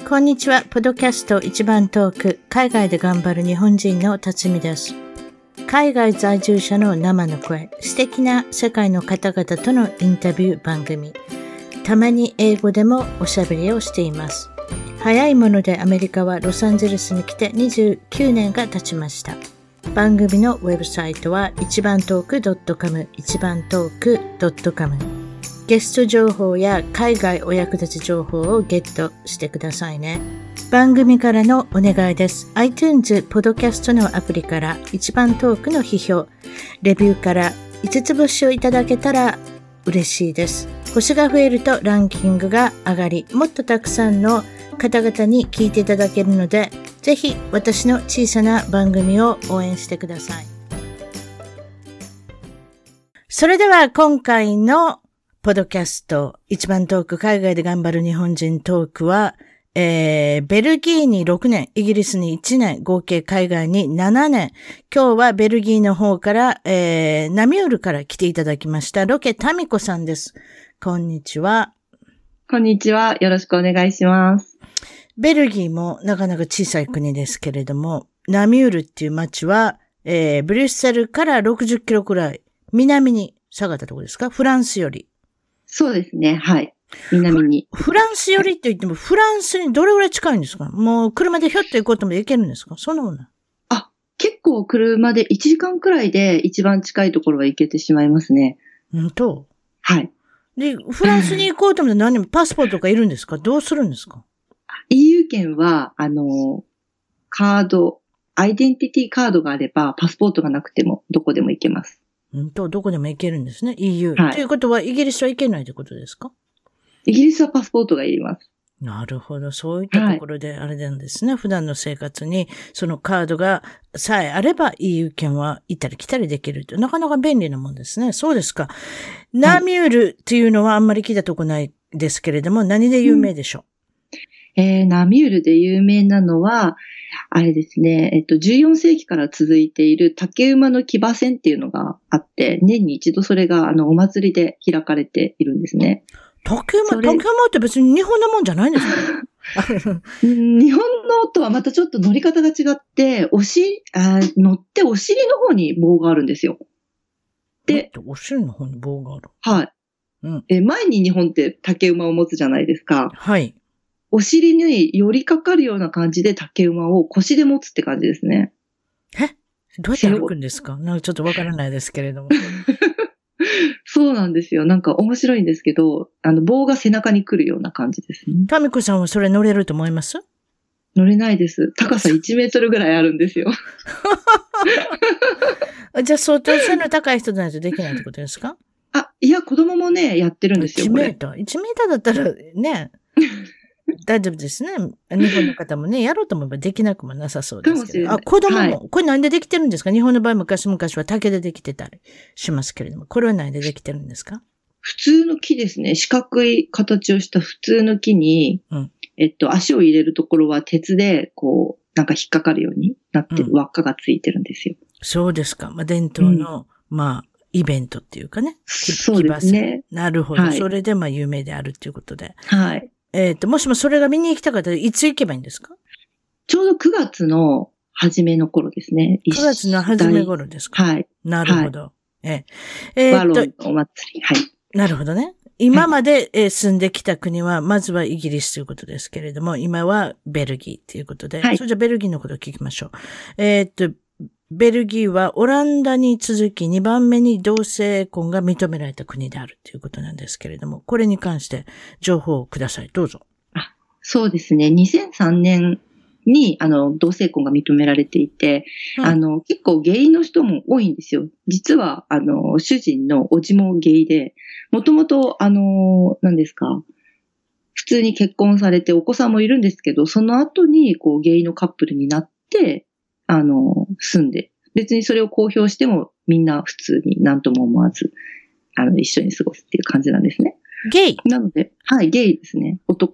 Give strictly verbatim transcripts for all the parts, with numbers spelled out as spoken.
こんにちは。ポッドキャスト一番トーク、海外で頑張る日本人の辰巳です。海外在住者の生の声、素敵な世界の方々とのインタビュー番組。たまに英語でもおしゃべりをしています。早いものでアメリカはロサンゼルスに来てにじゅうきゅうねんが経ちました。番組のウェブサイトは一番トーク .com、一番トーク .com。ゲスト情報や海外お役立ち情報をゲットしてくださいね。番組からのお願いです。iTunes、ポッドキャストのアプリから一番トークの批評、レビューからいつつ星をいただけたら嬉しいです。星が増えるとランキングが上がり、もっとたくさんの方々に聞いていただけるので、ぜひ私の小さな番組を応援してください。それでは今回のポッドキャスト一番トーク、海外で頑張る日本人トークは、えー、ベルギーにろくねん、イギリスにいちねん、合計海外にななねん。今日はベルギーの方から、えー、ナミュールから来ていただきましたロケタミコさんです。こんにちは。 こんにちは。よろしくお願いします。 ベルギーもなかなか小さい国ですけれども、ナミュールっていう街は、えー、ブリュッセルからろくじゅっキロくらい南に下がったところですか？フランスより。 そうですね。はい。南に。 フランスよりって言っても、フランスにどれぐらい近いんですか？もう車でひょっと行こうとも行けるんですか？そんなもんな。 あ、結構車でいちじかんくらいで一番近いところは行けてしまいますね。 うんと。 はい。 で、フランスに行こうとも何もパスポートとかいるんですか？どうするんですか？ イーユー 圏は、あの、カード、アイデンティティカードがあれば、パスポートがなくてもどこでも行けます。 うんと、どこでも行けるんですね。イーユー。 はい。 ということは、イギリスは行けないということですか？ イギリスはパスポートがいります。 なるほど。そういったところであれなんですね。はい、普段の生活にそのカードがさえあれば イーユー 圏は行ったり来たりできると。なかなか便利なもんですね。そうですか。ナミュールっていうのはあんまり聞いたとこないですけれども、何で有名でしょう、うん、えー、ナミュールで有名なのは、あれですね、えっと、じゅうよんせいきから続いている竹馬の騎馬戦っていうのがあって、年に一度それがあのお祭りで開かれているんですね。 竹馬、竹馬って別に日本のもんじゃないんですか？ 日本のとはまたちょっと乗り方が違って、おし、あ乗ってお尻の方に棒があるんですよ。 で、お尻の方に棒がある。 はい。うん、え前に日本って竹馬を持つじゃないですか。 はい。 お尻に寄りかかるような感じで竹馬を腰で持つって感じですね。 えどうやって歩くんですか？なんかちょっとわからないですけれども。 そうなんですよ。なんか面白いんですけど、あの棒が背中に来るような感じですね。 タミコさんはそれ乗れると思います？ 乗れないです。高さいちメートルぐらいあるんですよ。 じゃあ相当背の高い人じゃないとできないってことですか？ あ、いや、子供もね、やってるんですよ。 いちメートル。いちメートルだったらね、大丈夫ですね。日本の方もね、やろうと思えばできなくもなさそうですけど。あ、子供も、はい、これ何でできてるんですか？日本の場合昔々は竹でできてたりしますけれども、これは何でできてるんですか？ 普通の木ですね。四角い形をした普通の木に、うん、えっと、足を入れるところは鉄で、こう、なんか引っかかるようになってる輪っかがついてるんですよ。 うん、そうですか。まあ、伝統の、うん、まあ、イベントっていうかね。 そうですね。 なるほど。はい、それでまあ有名であるっていうことで。 はい。 えっと、もしもそれが見に行きたかったらいつ行けばいいんですか？ ちょうどくがつの初めの頃ですね。 くがつの初め頃ですか？ はい。 なるほど。はい、ええー、バロンのお祭り。はい。 なるほどね。今まで住んできた国は、まずはイギリスということですけれども、今はベルギーということで、はい、それじゃベルギーのことを聞きましょう。えー、っと、ベルギーはオランダに続きにばんめに同性婚が認められた国であるということなんですけれども、これに関して情報をください。どうぞ。 あ、そうですね。にせんさんねんに、あの、同性婚が認められていて、うん、あの、結構ゲイの人も多いんですよ。実は、あの、主人のおじもゲイで、もともと、あの、何ですか、普通に結婚されてお子さんもいるんですけど、その後に、こう、ゲイのカップルになって、あの、住んで、別にそれを公表してもみんな普通に何とも思わず、あの、一緒に過ごすっていう感じなんですね。 ゲイ？ なので、はい、ゲイですね。男。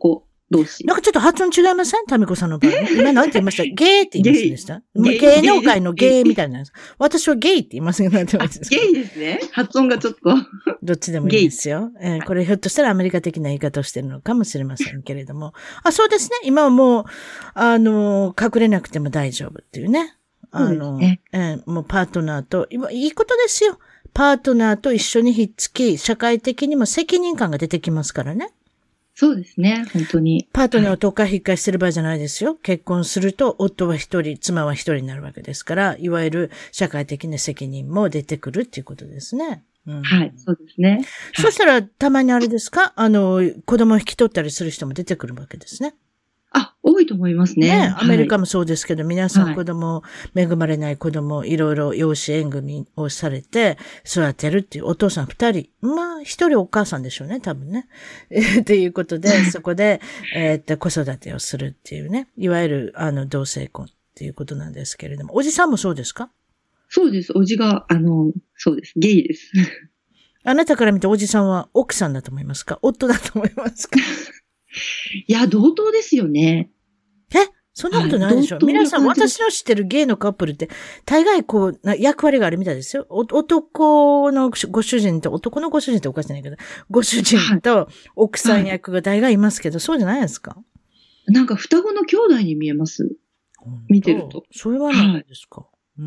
動詞。 なんかちょっと発音違いません？タミコさんの場合。今なんて言いました？ゲーって言いませんでしたゲイ芸能界のゲーみたいなんです。私はゲイって言いますけど、なんて言いますゲイですね。発音がちょっと。 どっちでもいいですよ。えー、これひょっとしたらアメリカ的な言い方をしてるのかもしれませんけれども。あ、そうですね。今はもう、あの、隠れなくても大丈夫っていうね。あの、ねえー、もうパートナーと、今、いいことですよ。パートナーと一緒にひっつき、社会的にも責任感が出てきますからね。 そうですね、本当に。 パートナーをとか引っかえしてる場合じゃないですよ。結婚すると、夫は一人、妻は一人になるわけですから、いわゆる社会的な責任も出てくるっていうことですね。 うん、はい、そうですね。 そしたら、たまにあれですか？あの、子供を引き取ったりする人も出てくるわけですね。 あ、多いと思いますね。 ね、アメリカもそうですけど、はい、皆さん子供、恵まれない子供、いろいろ養子縁組をされて育てるっていうお父さん二人。まあ、一人お母さんでしょうね、多分ね。っていうことで、そこで、えー、っと、子育てをするっていうね。いわゆる、あの、同性婚っていうことなんですけれども。おじさんもそうですか？ そうです。おじが、あの、そうです。ゲイです。 あなたから見ておじさんは奥さんだと思いますか？夫だと思いますか？ いや、同等ですよね。 え？そんなことないでしょ、はい、皆さん、私の知ってるゲイのカップルって、大概こう、役割があるみたいですよ。お男のご主人と、男のご主人っておかしいないけど、ご主人と奥さん役が大概いますけど、はい、そうじゃないですか？ なんか双子の兄弟に見えます。見てると。 それは何ですか？はい、うん。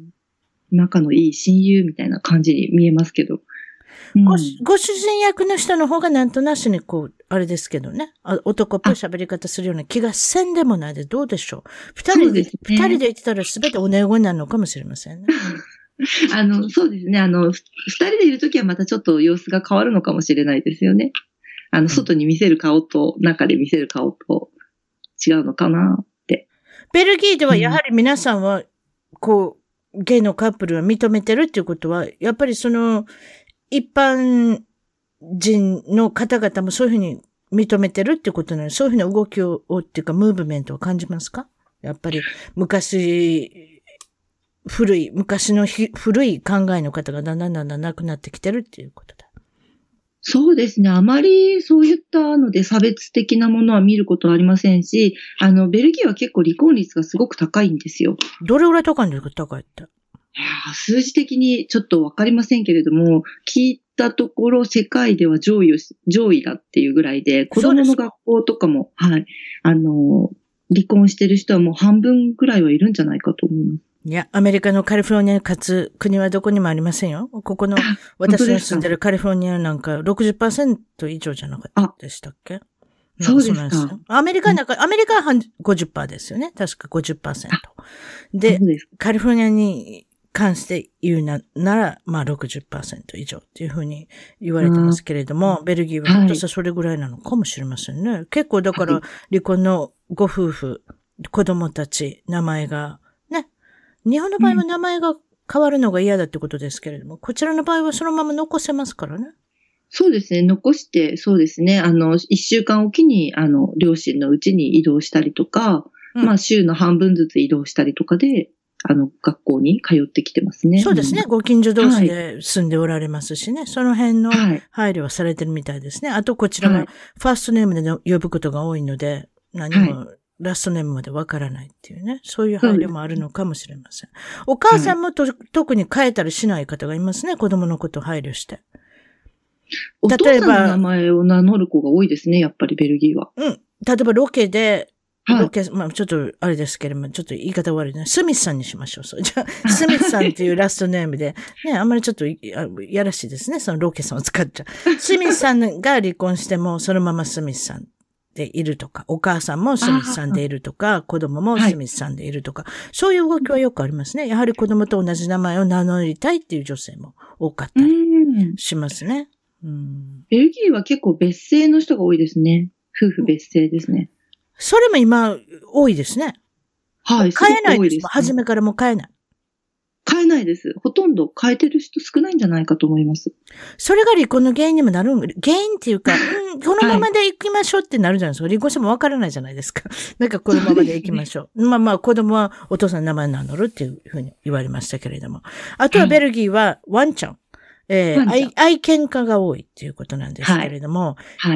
仲のいい親友みたいな感じに見えますけど。 うん、ご, ご主人役の人の方がなんとなしにこう、あれですけどね。男っぽい喋り方するような気がせんでもないでどうでしょう。二人で、二、ね、人で言ってたら全てお願いになるのかもしれませんね。 あの、そうですね。あの、二人でいるときはまたちょっと様子が変わるのかもしれないですよね。あの、外に見せる顔と中で見せる顔と違うのかなって。 ベルギーではやはり皆さんは、こう、ゲイのカップルを認めてるっていうことは、やっぱりその、一般人の方々もそういうふうに認めてるってことなので、そういうふうな動きを、っていうか、ムーブメントを感じますか？やっぱり、昔、古い、昔の古い考えの方がだんだんだんだんなくなってきてるっていうことだ。 そうですね。あまりそういったので差別的なものは見ることはありませんし、あの、ベルギーは結構離婚率がすごく高いんですよ。 どれぐらい高いんですか？高いって。 いや数字的にちょっとわかりませんけれども、聞いたところ世界では上位を、上位だっていうぐらいで、子供の学校とかも、はい、あの、離婚してる人はもう半分ぐらいはいるんじゃないかと思います。 いや、アメリカのカリフォルニアかつ国はどこにもありませんよ。ここの、私の住んでるカリフォルニアなんか ろくじゅっパーセント 以上じゃなかったでしたっけ？ そうですか。 そうアメリカなんか、アメリカは ごじゅっパーセント ですよね。確か ごじゅっパーセント。で、カリフォルニアに関して言うな、なら、まあ ろくじゅっパーセント 以上っていうふうに言われてますけれども、ベルギーは本当はそれぐらいなのかもしれませんね。はい、結構だから離婚のご夫婦、子供たち、名前が、ね。日本の場合は名前が変わるのが嫌だってことですけれども、うん、こちらの場合はそのまま残せますからね。 そうですね。残して、そうですね。あの、一週間おきに、あの、両親のうちに移動したりとか、うん、まあ、週の半分ずつ移動したりとかで、あの、学校に通ってきてますね。 そうですね。ご近所同士で住んでおられますしね。はい、その辺の配慮はされてるみたいですね。あと、こちらはファーストネームで呼ぶことが多いので、何もラストネームまでわからないっていうね。そういう配慮もあるのかもしれません。お母さんもと、はい、特に変えたりしない方がいますね。子供のことを配慮して。 お父さんの名前を名乗る子が多いですね、やっぱりベルギーは。 うん。例えばロケで、ロケ、はい、まあちょっとあれですけれども、ちょっと言い方悪いね。スミスさんにしましょう。そうじゃあ、スミスさんっていうラストネームで、ね、あんまりちょっとやらしいですね。そのロケさんを使っちゃう。スミスさんが離婚しても、そのままスミスさんでいるとか、お母さんもスミスさんでいるとか、子供もスミスさんでいるとか、はい、そういう動きはよくありますね。やはり子供と同じ名前を名乗りたいっていう女性も多かったりしますね。 うん、ベルギーは結構別姓の人が多いですね。夫婦別姓ですね。 それも今多いですね。 はい。 変えないです。初めからもう変えない。 変えないです。ほとんど変えてる人少ないんじゃないかと思います。 それが離婚の原因にもなるん、原因っていうか、うん、このままで行きましょうってなるじゃないですか。はい、離婚してもわからないじゃないですか。なんかこのままで行きましょう。うね、まあまあ子供はお父さんの名前名乗るっていうふうに言われましたけれども。あとはベルギーはワンちゃん。えー、愛、愛犬家が多いっていうことなんですけれども、 はい。はい、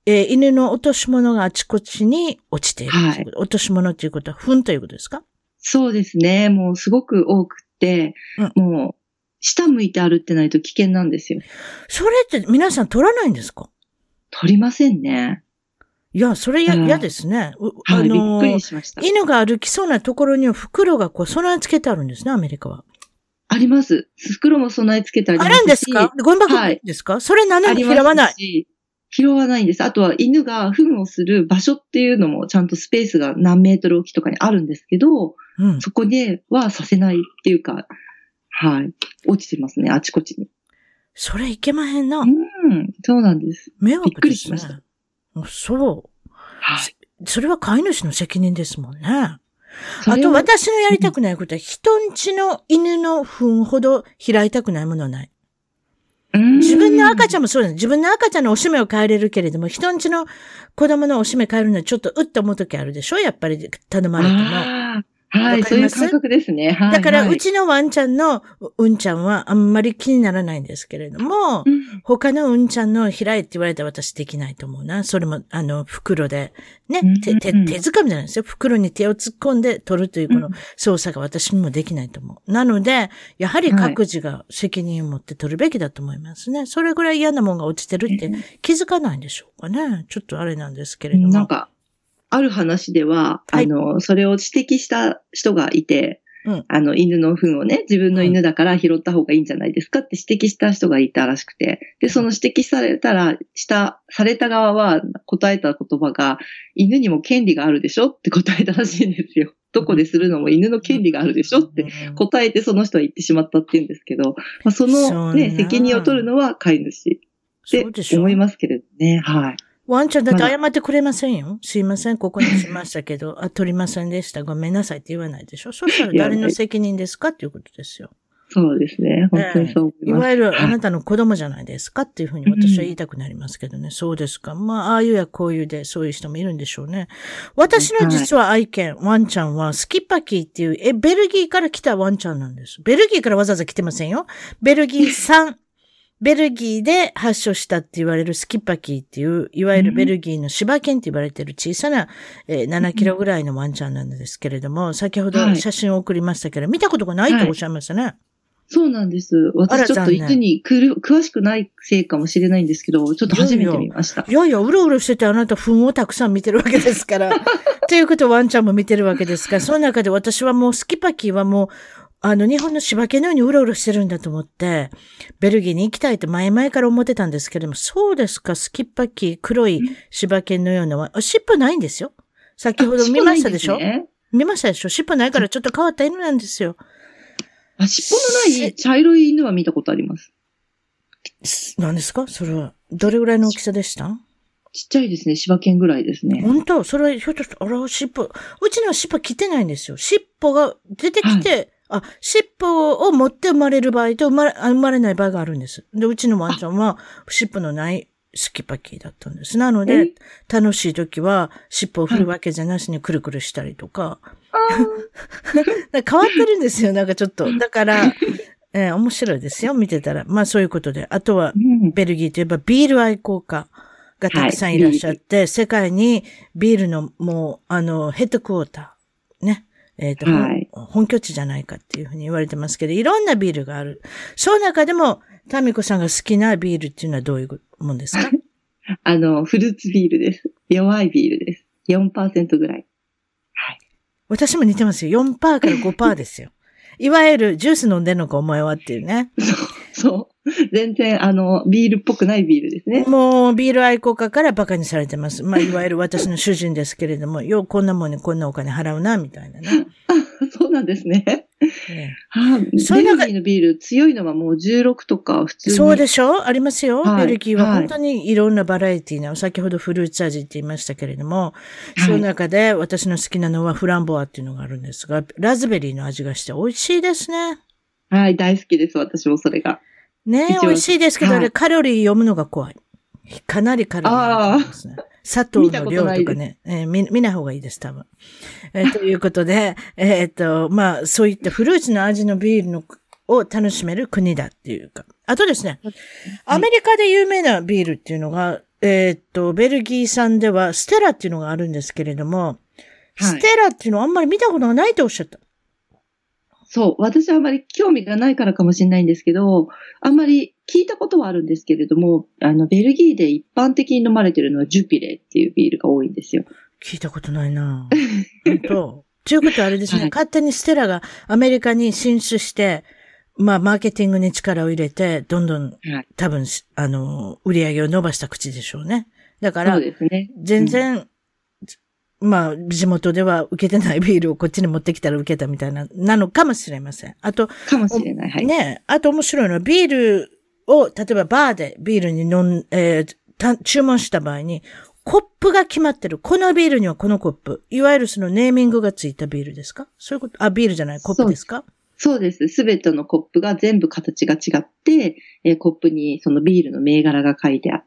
えー、犬の落とし物があちこちに落ちている。はい、落とし物ということは、糞ということですか？ そうですね。もうすごく多くて、うん、もう、下向いて歩ってないと危険なんですよ。 それって皆さん取らないんですか？ 取りませんね。 いや、それ嫌、嫌ですね。 はい、あのー、びっくりしました。 犬が歩きそうなところには袋がこう備え付けてあるんですね、アメリカは。 あります。袋も備え付けてありますし。 あるんですか？ゴミ箱もあるんですか？はい、それなのに拾わない。 拾わないんです。あとは犬が糞をする場所っていうのもちゃんとスペースが何メートルおきとかにあるんですけど、うん、そこではさせないっていうか、はい。落ちてますね、あちこちに。 それいけまへんな。 うん、そうなんです。 迷惑ですね。 びっくりしました。 そう。 はい。 それは飼い主の責任ですもんね。あと私のやりたくないことは、人んちの犬の糞ほど開いたくないものはない。自分の赤ちゃんもそうです。自分の赤ちゃんのおしめを変えれるけれども、人んちの子供のおしめ変えるのはちょっとうって思うときあるでしょ？やっぱり頼まれても。 はい、そういう感覚ですね。はい。 だから、うちのワンちゃんのうんちゃんはあんまり気にならないんですけれども、うん、他のうんちゃんの開いって言われたら私できないと思うな。それも、あの、袋で、ね、うん、手、手、手掴みじゃないですよ。袋に手を突っ込んで取るというこの操作が私にもできないと思う。なので、やはり各自が責任を持って取るべきだと思いますね。それぐらい嫌なもんが落ちてるって気づかないんでしょうかね。ちょっとあれなんですけれども。 なんかある話では、はい、あの、それを指摘した人がいて、うん、あの、犬の糞をね、自分の犬だから拾った方がいいんじゃないですかって指摘した人がいたらしくて、で、その指摘されたら、した、された側は答えた言葉が、犬にも権利があるでしょって答えたらしいんですよ。どこでするのも犬の権利があるでしょって答えてその人は言ってしまったって言うんですけど、まあ、そのね、責任を取るのは飼い主って思いますけれどね。はい。 ワンちゃんだって謝ってくれませんよ。すいません、ここにしましたけど、あ、取りませんでした。ごめんなさいって言わないでしょ。そしたら誰の責任ですかっていうことですよ。 そうですね。本当にそう思います。 えー、いわゆるあなたの子供じゃないですかっていうふうに私は言いたくなりますけどね。うん、そうですか。まあ、ああいうやこういうでそういう人もいるんでしょうね。私の実は愛犬、はい、ワンちゃんはスキッパキーっていう、え、ベルギーから来たワンちゃんなんです。ベルギーからわざわざ来てませんよ。ベルギー産。ベルギーで発症したって言われるスキッパキーっていう、いわゆるベルギーの柴犬って言われている小さな、えー、ななキロぐらいのワンちゃんなんですけれども、先ほど写真を送りましたけど、はい、見たことがないとおっしゃいましたね。はい、 そうなんです。私ちょっと犬にくる詳しくないせいかもしれないんですけど、ちょっと初めて見ました。 いやいや、うろうろしててあなた糞をたくさん見てるわけですから。ということはワンちゃんも見てるわけですから、その中で私はもうスキッパキーはもう、あの、日本の柴犬のようにうろうろしてるんだと思って、ベルギーに行きたいと前々から思ってたんですけれども、そうですか、スキッパキー、黒い柴犬のようなは、尻尾ないんですよ。先ほど見ましたでしょ？ね、見ましたでしょ？尻尾ないからちょっと変わった犬なんですよ。 あ、尻尾のない茶色い犬は見たことあります。 何ですか？それは。どれぐらいの大きさでした？ ちっちゃいですね。柴犬ぐらいですね。 本当？それはひょっとして、あら、尻尾。うちのは尻尾切ってないんですよ。尻尾が出てきて、はい、あ、尻尾を持って生まれる場合と生まれ、生まれない場合があるんです。で、うちのワンちゃんは尻尾のないスキパキーだったんです。なので、楽しい時は尻尾を振るわけじゃなしにくるくるしたりとか。変わってるんですよ、なんかちょっと。だから、えー、面白いですよ、見てたら。まあそういうことで。あとは、ベルギーといえばビール愛好家がたくさんいらっしゃって、はい、世界にビールのもう、あの、ヘッドクォーター、ね。えっと、はい、本拠地じゃないかっていうふうに言われてますけど、いろんなビールがある。その中でも、タミコさんが好きなビールっていうのはどういうもんですか？ あの、フルーツビールです。弱いビールです。よんパーセント ぐらい。はい。 私も似てますよ。よんパーセント から ごパーセント ですよ。いわゆるジュース飲んでんのかお前はっていうね。 そう、そう。全然、あの、ビールっぽくないビールですね。 もう、ビール愛好家からバカにされてます。まあ、いわゆる私の主人ですけれども、ようこんなもんにこんなお金払うな、みたいなね。 そうなんですね。ええ、はあ、ベルギーのビール強いのはもうじゅうろくとか普通に。 そうでしょ？ありますよ、はい。ベルギーは本当にいろんなバラエティーな、はい、先ほどフルーツ味って言いましたけれども、はい、その中で私の好きなのはフランボアっていうのがあるんですが、ラズベリーの味がして美味しいですね。 はい、大好きです、私もそれが。 ねえ、美味しいですけど、はい、あれカロリー読むのが怖い。かなりカロリーありますね。砂糖の量とかね、えー、見、見ない方がいいです、多分。えー、ということで、えっと、まあ、そういったフルーツの味のビールのを楽しめる国だっていうか。あとですね、アメリカで有名なビールっていうのが、 えーっと、ベルギー産ではステラっていうのがあるんですけれども、 はい、 ステラっていうのはあんまり見たことがないとおっしゃった。 そう。私はあまり興味がないからかもしれないんですけど、あんまり聞いたことはあるんですけれども、あの、ベルギーで一般的に飲まれてるのはジュピレっていうビールが多いんですよ。 聞いたことないなぁ。本当。ということはあれですね、はい、勝手にステラがアメリカに進出して、まあ、マーケティングに力を入れて、どんどん、多分、あの、売り上げを伸ばした口でしょうね。だから、そうですね。全然、うん、まあ、地元では受けてないビールをこっちに持ってきたら受けたみたいな、なのかもしれません。あと、 かもしれない。はい。 ね、あと面白いのは、ビールを、例えばバーでビールに飲ん、えー、た注文した場合に、コップが決まってる。このビールにはこのコップ。いわゆるそのネーミングがついたビールですか？そういうこと、あ、ビールじゃない、コップですか？ そうです。すべてのコップが全部形が違って、えー、コップにそのビールの銘柄が書いてあって、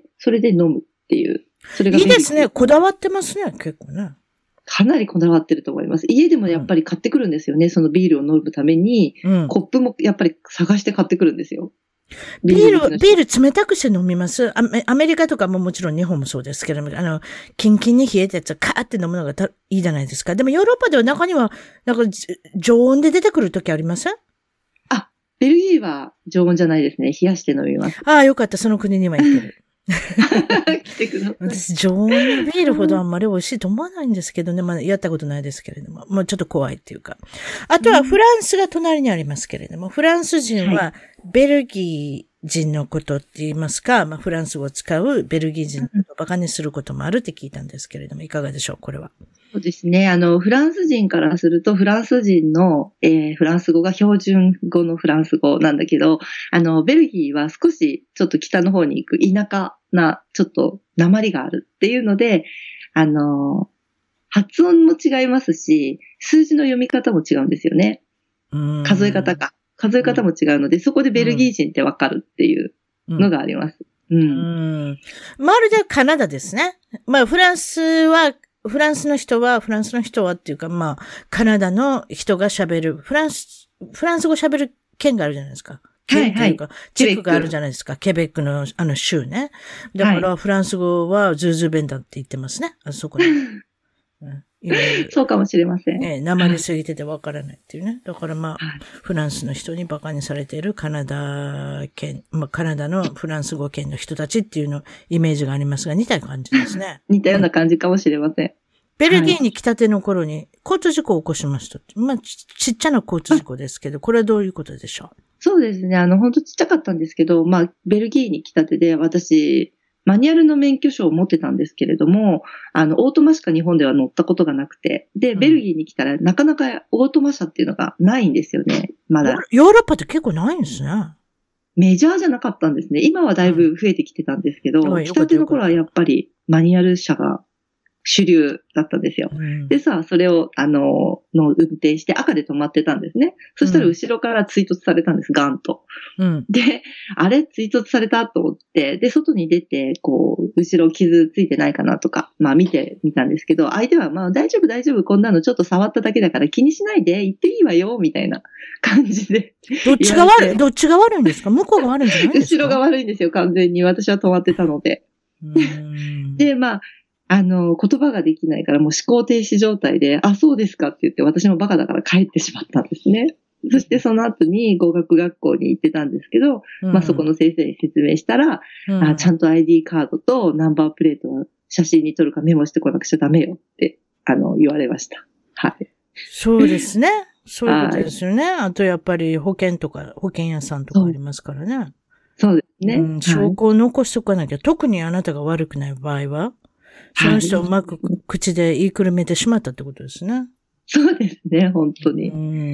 それで飲むっていう。それがいいですね。こだわってますね、結構ね。 かなりこだわってると思います。家でもやっぱり買ってくるんですよね。うん、そのビールを飲むために、うん、コップもやっぱり探して買ってくるんですよ。 ビール、ビール冷たくして飲みます？アメ、アメリカとかももちろん日本もそうですけども、あの、キンキンに冷えたやつをカーって飲むのがたいいじゃないですか。でもヨーロッパでは中には、なんか常温で出てくるときありません？ あ、ベルギーは常温じゃないですね。冷やして飲みます。 ああ、よかった。その国には行ってる。 来てください。 私、常温のビールほどあんまり美味しいと思わないんですけどね。まあ、やったことないですけれども。もうちょっと怖いっていうか。あとはフランスが隣にありますけれども、フランス人はベルギー人のことって言いますか、まあ、フランス語を使うベルギー人のことを馬鹿にすることもあるって聞いたんですけれども、いかがでしょう、これは。 そうですね。あの、フランス人からすると、フランス人の、えー、フランス語が標準語のフランス語なんだけど、あの、ベルギーは少しちょっと北の方に行く田舎な、ちょっと訛りがあるっていうので、あの、発音も違いますし、数字の読み方も違うんですよね。数え方か。数え方も違うので、そこでベルギー人ってわかるっていうのがあります。うん。うんうん、まるでカナダですね。まあ、フランスは、フランスの人は、フランスの人はっていうか、まあ、カナダの人が喋る、フランス、フランス語喋る県があるじゃないですか。県というか、地区があるじゃないですか。ケベックのあの州ね。だから、フランス語はズーズー弁だって言ってますね。あそこで。うんそうかもしれません。 ええ、生に過ぎててわからないっていうね。だからまあ、はい、フランスの人に馬鹿にされているカナダ県、まあカナダのフランス語圏の人たちっていうの、イメージがありますが、似た感じですね。 似たような感じかもしれません。 ベルギーに来たての頃に交通事故を起こしました。まあち、ちっちゃな交通事故ですけど、これはどういうことでしょう？ そうですね。あの、本当ちっちゃかったんですけど、まあ、ベルギーに来たてで、私、マニュアルの免許証を持ってたんですけれども、あの、オートマしか日本では乗ったことがなくて、で、ベルギーに来たらなかなかオートマ車っていうのがないんですよね、まだ。 ヨーロッパって結構ないんですね。 メジャーじゃなかったんですね。今はだいぶ増えてきてたんですけど、うん、来たての頃はやっぱりマニュアル車が主流だったんですよ。うん、でさ、それを、あの、の運転して赤で止まってたんですね。そしたら後ろから追突されたんです、ガンと。うん、で、あれ追突されたと思って、で、外に出て、こう、後ろ傷ついてないかなとか、まあ見てみたんですけど、相手はまあ大丈夫大丈夫、こんなのちょっと触っただけだから気にしないで、行っていいわよ、みたいな感じで。 どっちが悪い、どっちが悪いんですか？向こうが悪いんじゃないですか？ 後ろが悪いんですよ、完全に。私は止まってたので。うんで、まあ、あの、言葉ができないからもう思考停止状態で、あ、そうですかって言って私もバカだから帰ってしまったんですね。そしてその後に語学学校に行ってたんですけど、うん、まあそこの先生に説明したら、うん、あ、ちゃんと アイディー カードとナンバープレートを写真に撮るかメモしてこなくちゃダメよって、あの、言われました。はい。 そうですね。そういうことですよね。あとやっぱり保険とか、保険屋さんとかありますからね。 そうですね。 うん、証拠を残しておかなきゃ、はい、特にあなたが悪くない場合は、その人をうまく口で言いくるめてしまったってことですね。 そうですね、本当に。 うん、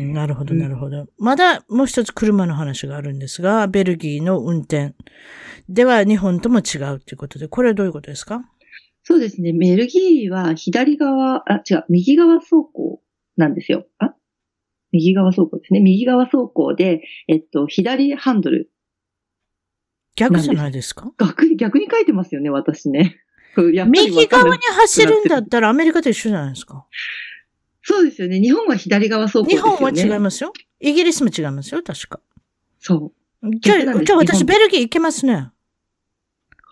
なるほど、なるほど。うん、まだもう一つ車の話があるんですが、ベルギーの運転では日本とも違うということで、これはどういうことですか？ そうですね、ベルギーは左側、あ、違う、右側走行なんですよ。あ右側走行ですね。右側走行で、えっと、左ハンドル。 逆じゃないですか？ 逆に、逆に書いてますよね、私ね。 右側に走るんだったらアメリカと一緒じゃないですか。 そうですよね。日本は左側走行ですよね。 日本は違いますよ。イギリスも違いますよ、確か。 そう。 じゃあ、じゃあ私ベルギー行けますね。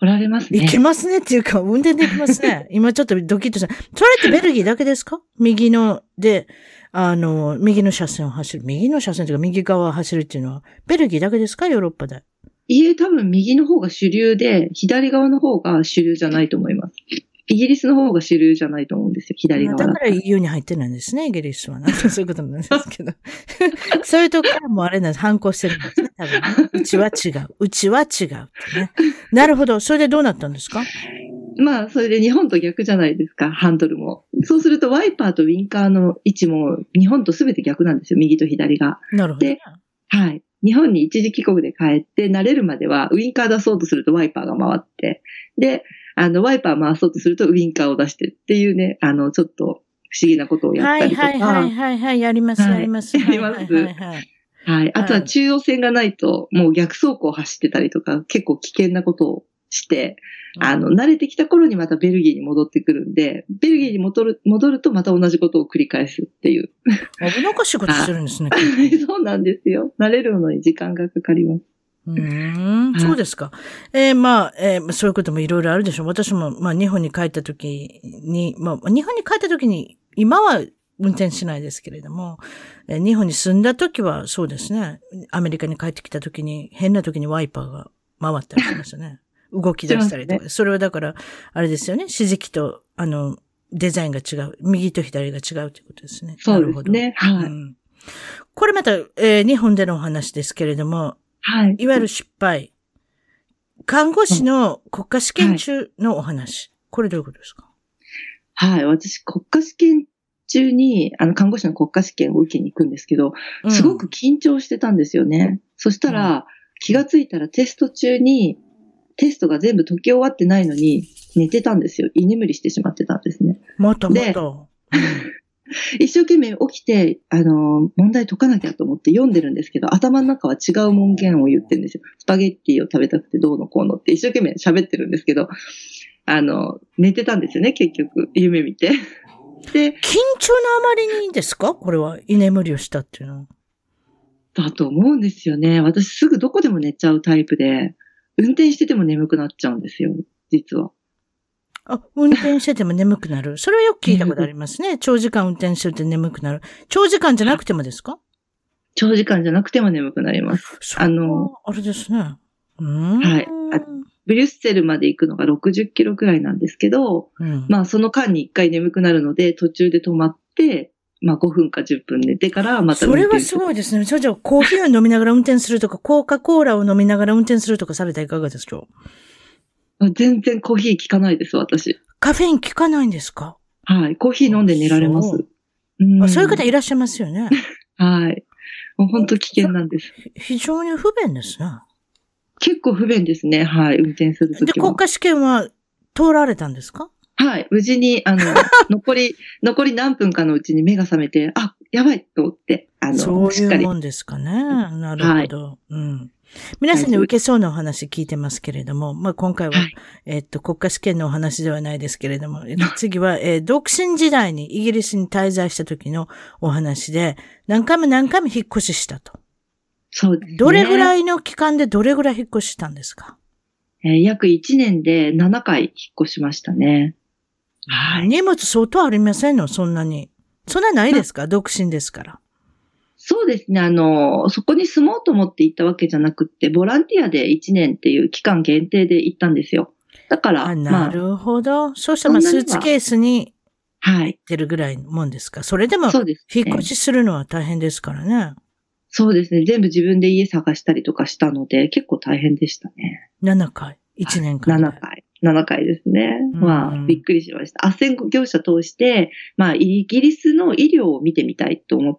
来られますね。 行けますねっていうか、運転できますね。今ちょっとドキッとした。それってベルギーだけですか？右の、で、あの、右の車線を走る。右の車線というか、右側を走るっていうのは、ベルギーだけですか？ヨーロッパで。 いえ、多分右の方が主流で、左側の方が主流じゃないと思います。イギリスの方が主流じゃないと思うんですよ、左側だ。 だから イーユー に入ってないんですね、イギリスは。なんかそういうことなんですけど。そういうとこからもあれなんです。反抗してるんですね、多分ね。うちは違う。うちは違うってね。なるほど。それでどうなったんですか？ まあ、それで日本と逆じゃないですか、ハンドルも。そうすると、ワイパーとウィンカーの位置も日本と全て逆なんですよ、右と左が。 なるほど、ね。 で、はい。日本に一時帰国で帰って、慣れるまでは、ウィンカー出そうとするとワイパーが回って、で、あの、ワイパー回そうとするとウィンカーを出してっていうね、あの、ちょっと不思議なことをやったりとか。 はいはいはいはいはい、やります、やります。 やります。はいはいはい。はい。あとは中央線がないと、もう逆走行を走ってたりとか、結構危険なことをして、あの、慣れてきた頃にまたベルギーに戻ってくるんで、ベルギーに戻る、戻るとまた同じことを繰り返すっていう。 危なっかしいことしてるんですね。 そうなんですよ。慣れるのに時間がかかります。 うーん、そうですか。えー、まあ、えー、そういうこともいろいろあるでしょう。私も、まあ、日本に帰った時に、まあ、日本に帰った時に、今は運転しないですけれども、えー、日本に住んだ時はそうですね。アメリカに帰ってきた時に、変な時にワイパーが回ったりしますね。動き出したりとか。ね、それはだから、あれですよね。指示器と、あの、デザインが違う。右と左が違うということですね。 そうですね。はい、うん。 これまた、えー、日本でのお話ですけれども、はい。いわゆる失敗。看護師の国家試験中のお話。はい、これどういうことですか？ はい。私、国家試験中に、あの、看護師の国家試験を受けに行くんですけど、すごく緊張してたんですよね。うん、そしたら、うん、気がついたらテスト中に、テストが全部解き終わってないのに、寝てたんですよ。居眠りしてしまってたんですね。 またまた。 一生懸命起きて、あの、問題解かなきゃと思って読んでるんですけど、頭の中は違う文言を言ってるんですよ。スパゲッティを食べたくてどうのこうのって一生懸命喋ってるんですけど、あの、寝てたんですよね、結局。夢見て。 で、緊張のあまりにですか？これは居眠りをしたっていうのは。 だと思うんですよね。私すぐどこでも寝ちゃうタイプで、運転してても眠くなっちゃうんですよ、実は。 あ、運転してても眠くなる。それはよく聞いたことありますね。長時間運転してると眠くなる。長時間じゃなくてもですか？ 長時間じゃなくても眠くなります。 あの、あれですね。 うーんはい。ブリュッセルまで行くのがろくじゅっキロくらいなんですけど、うん、まあその間にいっかい眠くなるので、途中で止まって、まあごふんかじゅっぷん寝てからまた運転する。 それはすごいですね。それじゃあコーヒーを飲みながら運転するとか、コカ・コーラを飲みながら運転するとかされたらいかがですか？ 全然コーヒー効かないです、私。 カフェイン効かないんですか？ はい。コーヒー飲んで寝られます。 そう、うん、あ、そういう方いらっしゃいますよね。 はい。もう本当危険なんです。 非常に不便ですね。 結構不便ですね。はい。運転するときは。 で、国家試験は通られたんですか？ はい。無事に、あの、残り、残り何分かのうちに目が覚めて、あ、やばいと思って、あの、 そういうもんですかね。なるほど。はい、うん。皆さんに受けそうなお話聞いてますけれども、まあ、今回は、はい、えっと、国家試験のお話ではないですけれども、次は、えー、独身時代にイギリスに滞在した時のお話で、何回も何回も引っ越ししたと。 そうですね。 どれぐらいの期間でどれぐらい引っ越ししたんですか？ えー、約いちねんでななかい引っ越しましたね。 はい。荷物相当ありませんの？そんなに。そんなないですか？独身ですから。 そうですね。あの、そこに住もうと思って行ったわけじゃなくって、ボランティアでいちねんっていう期間限定で行ったんですよ。だから、 あ、なるほど。まあ、そうしたら、スーツケースに入ってるぐらいのもんですか。それでも、引っ越しするのは大変ですからね。 そうですね。全部自分で家探したりとかしたので、結構大変でしたね。 ななかい。いちねんかんで。 ななかい。ななかいですね。まあ、びっくりしました。斡旋業者通して、まあ、イギリスの医療を見てみたいと思って、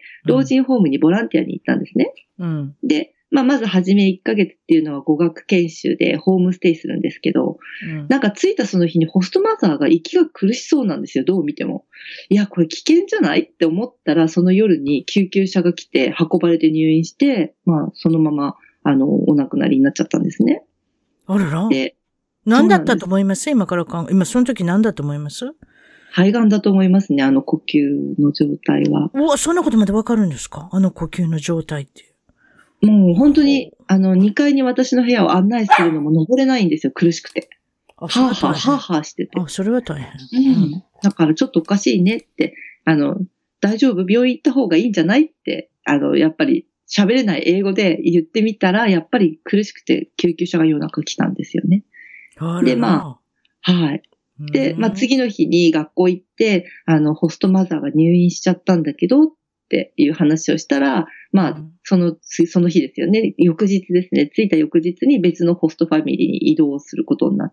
老人ホームにボランティアに行ったんですね。 うん、 で、まあ、まず初めいっかげつっていうのは語学研修でホームステイするんですけど、うん、なんか着いたその日にホストマザーが息が苦しそうなんですよ、どう見ても。いや、これ危険じゃないって思ったら、その夜に救急車が来て運ばれて入院して、まあ、そのまま、あの、お亡くなりになっちゃったんですね。 あらら。 で、 何だったと思います今からかん、今その時何だと思います？ 肺がんだと思いますね、あの呼吸の状態は。 うわ、そんなことまでわかるんですか？あの呼吸の状態っていう。 もう本当に、あの、にかいに私の部屋を案内するのも登れないんですよ、苦しくて。 あ、 はぁはぁはぁはぁしてて。 あ、それは大変。 うん。だからちょっとおかしいねって、あの、大丈夫病院行った方がいいんじゃないって、あの、やっぱり喋れない英語で言ってみたら、やっぱり苦しくて救急車が夜中来たんですよね。で、まあ、はい。で、まあ次の日に学校行って、あの、ホストマザーが入院しちゃったんだけど、っていう話をしたら、まあ、その、その日ですよね。翌日ですね。着いた翌日に別のホストファミリーに移動することになって、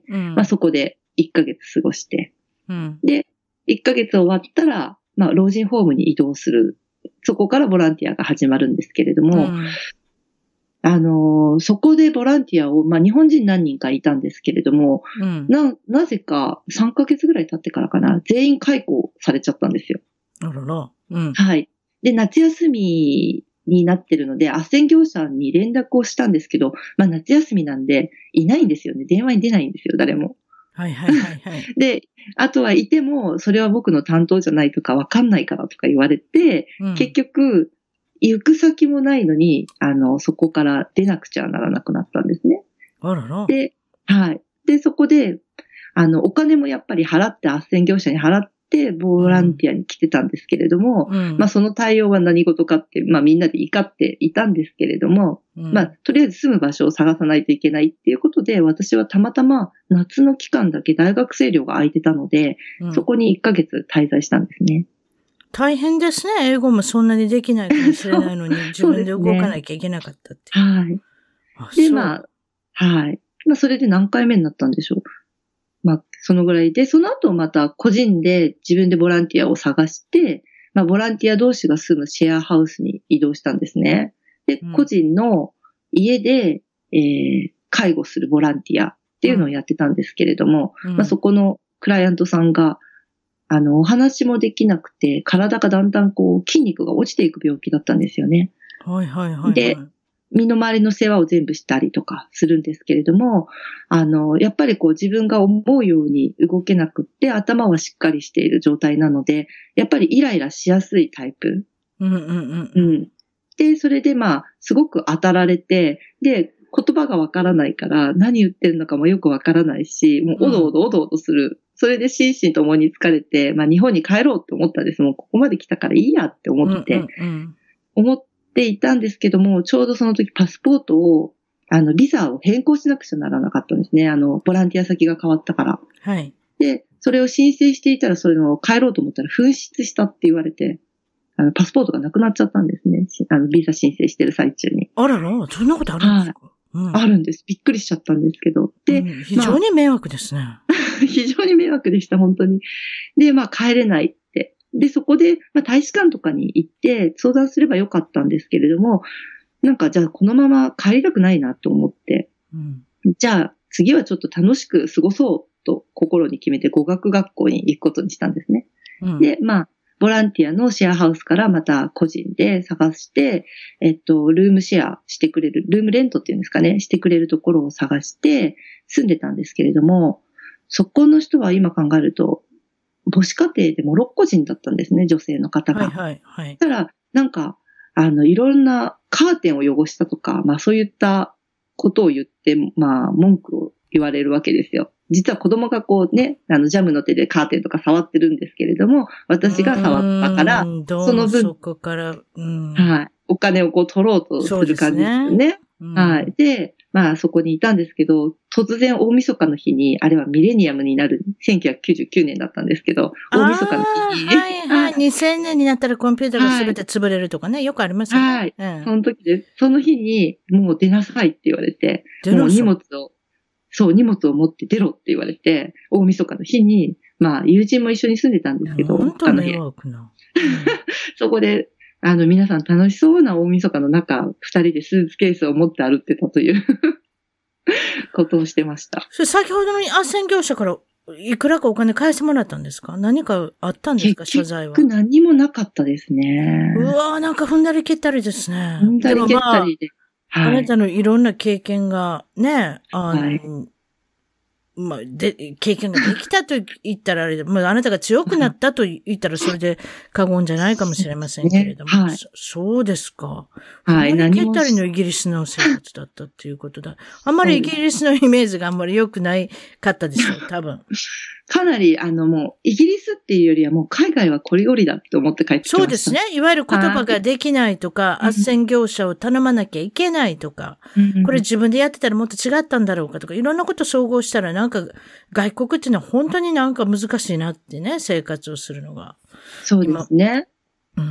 うん、まあそこでいっかげつ過ごして、うん、で、いっかげつ終わったら、まあ老人ホームに移動する。そこからボランティアが始まるんですけれども、うん、あのー、そこでボランティアを、まあ日本人何人かいたんですけれども、うん、な、なぜかさんかげつぐらい経ってからかな、全員解雇されちゃったんですよ。 あらら。うん、 はい。で、夏休みになってるので、斡旋業者に連絡をしたんですけど、まあ夏休みなんで、いないんですよね。電話に出ないんですよ、誰も。 はいはいはいはい。 で、あとはいても、それは僕の担当じゃないとかわかんないからとか言われて、うん、結局、行く先もないのに、あの、そこから出なくちゃならなくなったんですね。 あらら。 で、はい。で、そこで、あの、お金もやっぱり払って、斡旋業者に払って、で、ボランティアに来てたんですけれども、うん、まあその対応は何事かって、まあみんなで怒っていたんですけれども、うん、まあとりあえず住む場所を探さないといけないっていうことで、私はたまたま夏の期間だけ大学生寮が空いてたので、うん、そこにいっかげつ滞在したんですね。 大変ですね。英語もそんなにできないかもしれないのに、自分で動かなきゃいけなかったって。 はい。で、まあ、はい。まあそれで何回目になったんでしょう。まあ、そのぐらいで、その後また個人で自分でボランティアを探して、まあ、ボランティア同士が住むシェアハウスに移動したんですね。で、うん、個人の家で、えー、介護するボランティアっていうのをやってたんですけれども、うん、まあ、そこのクライアントさんが、あの、お話もできなくて、体がだんだんこう、筋肉が落ちていく病気だったんですよね。 はいはいはい、はい。 で、身の回りの世話を全部したりとかするんですけれども、あの、やっぱりこう自分が思うように動けなくって、頭はしっかりしている状態なので、やっぱりイライラしやすいタイプ。 うんうんうん。 うん。で、それでまあ、すごく当たられて、で、言葉がわからないから、何言ってるのかもよくわからないし、もうおどおどおどおどする。うん、それで心身ともに疲れて、まあ日本に帰ろうって思ったんです。もうここまで来たからいいやって思って、うんうんうん、思って、でいたんですけども、ちょうどその時パスポートを、あの、ビザを変更しなくちゃならなかったんですね。あの、ボランティア先が変わったから。 はい。 で、それを申請していたら、それを帰ろうと思ったら紛失したって言われて、あの、パスポートがなくなっちゃったんですね。あの、ビザ申請してる最中に。 あらら、そんなことあるんですか、 はいうん、あるんです。びっくりしちゃったんですけど。で、 うん、非常に迷惑ですね、まあ。非常に迷惑でした、本当に。で、まあ、帰れない。で、そこで、まあ、大使館とかに行って相談すればよかったんですけれども、なんかじゃあこのまま帰りたくないなと思って、うん、じゃあ次はちょっと楽しく過ごそうと心に決めて語学学校に行くことにしたんですね。うん、で、まあ、ボランティアのシェアハウスからまた個人で探して、えっと、ルームシェアしてくれる、ルームレントっていうんですかね、してくれるところを探して住んでたんですけれども、そこの人は今考えると、母子家庭でモロッコ人だったんですね、女性の方が。 はいはいはい。 たら、なんか、あの、いろんなカーテンを汚したとか、まあそういったことを言って、まあ文句を言われるわけですよ。実は子供がこうね、あの、ジャムの手でカーテンとか触ってるんですけれども、私が触ったから、 その分、そこから、うん、 はい。お金をこう取ろうとする感じですよね。うん、はい。で、まあそこにいたんですけど、突然大晦日の日に、あれはミレニアムになるせんきゅうひゃくきゅうじゅうきゅうねんだったんですけど、大晦日の日に。 はいはい。にせんねんになったらコンピューターが全て潰れるとかね、はい、よくありますよね。 はい。うん、その時です。その日に、もう出なさいって言われて、もう荷物を、そう、荷物を持って出ろって言われて、大晦日の日に、まあ友人も一緒に住んでたんですけど、 本当に迷惑な。うん、 そこで、あの、皆さん楽しそうな大晦日の中、二人でスーツケースを持って歩ってたということをしてました。 それ先ほどの斡旋業者からいくらかお金返してもらったんですか？何かあったんですか？謝罪は。 結局何もなかったですね。 うわーなんか踏んだり蹴ったりですね。 踏んだり蹴ったりで。 まあ、はい、あなたのいろんな経験がね、あの、はい、 まあ、で、経験ができたと言ったらあれで、まあ、あなたが強くなったと言ったらそれで過言じゃないかもしれませんけれども。ね、はい、そ, そうですか。はい。何も。けったりのイギリスの生活だったっていうことだ。あんまりイギリスのイメージがあんまり良くないかったでしょう、多分。 かなり、あの、もう、イギリスっていうよりはもう海外はこりごりだって思って帰ってきました。 そうですね。いわゆる言葉ができないとか、斡旋業者を頼まなきゃいけないとか、うん、これ自分でやってたらもっと違ったんだろうかとか、いろんなこと総合したらなんか外国っていうのは本当になんか難しいなってね、生活をするのが。 そうですね。 うん。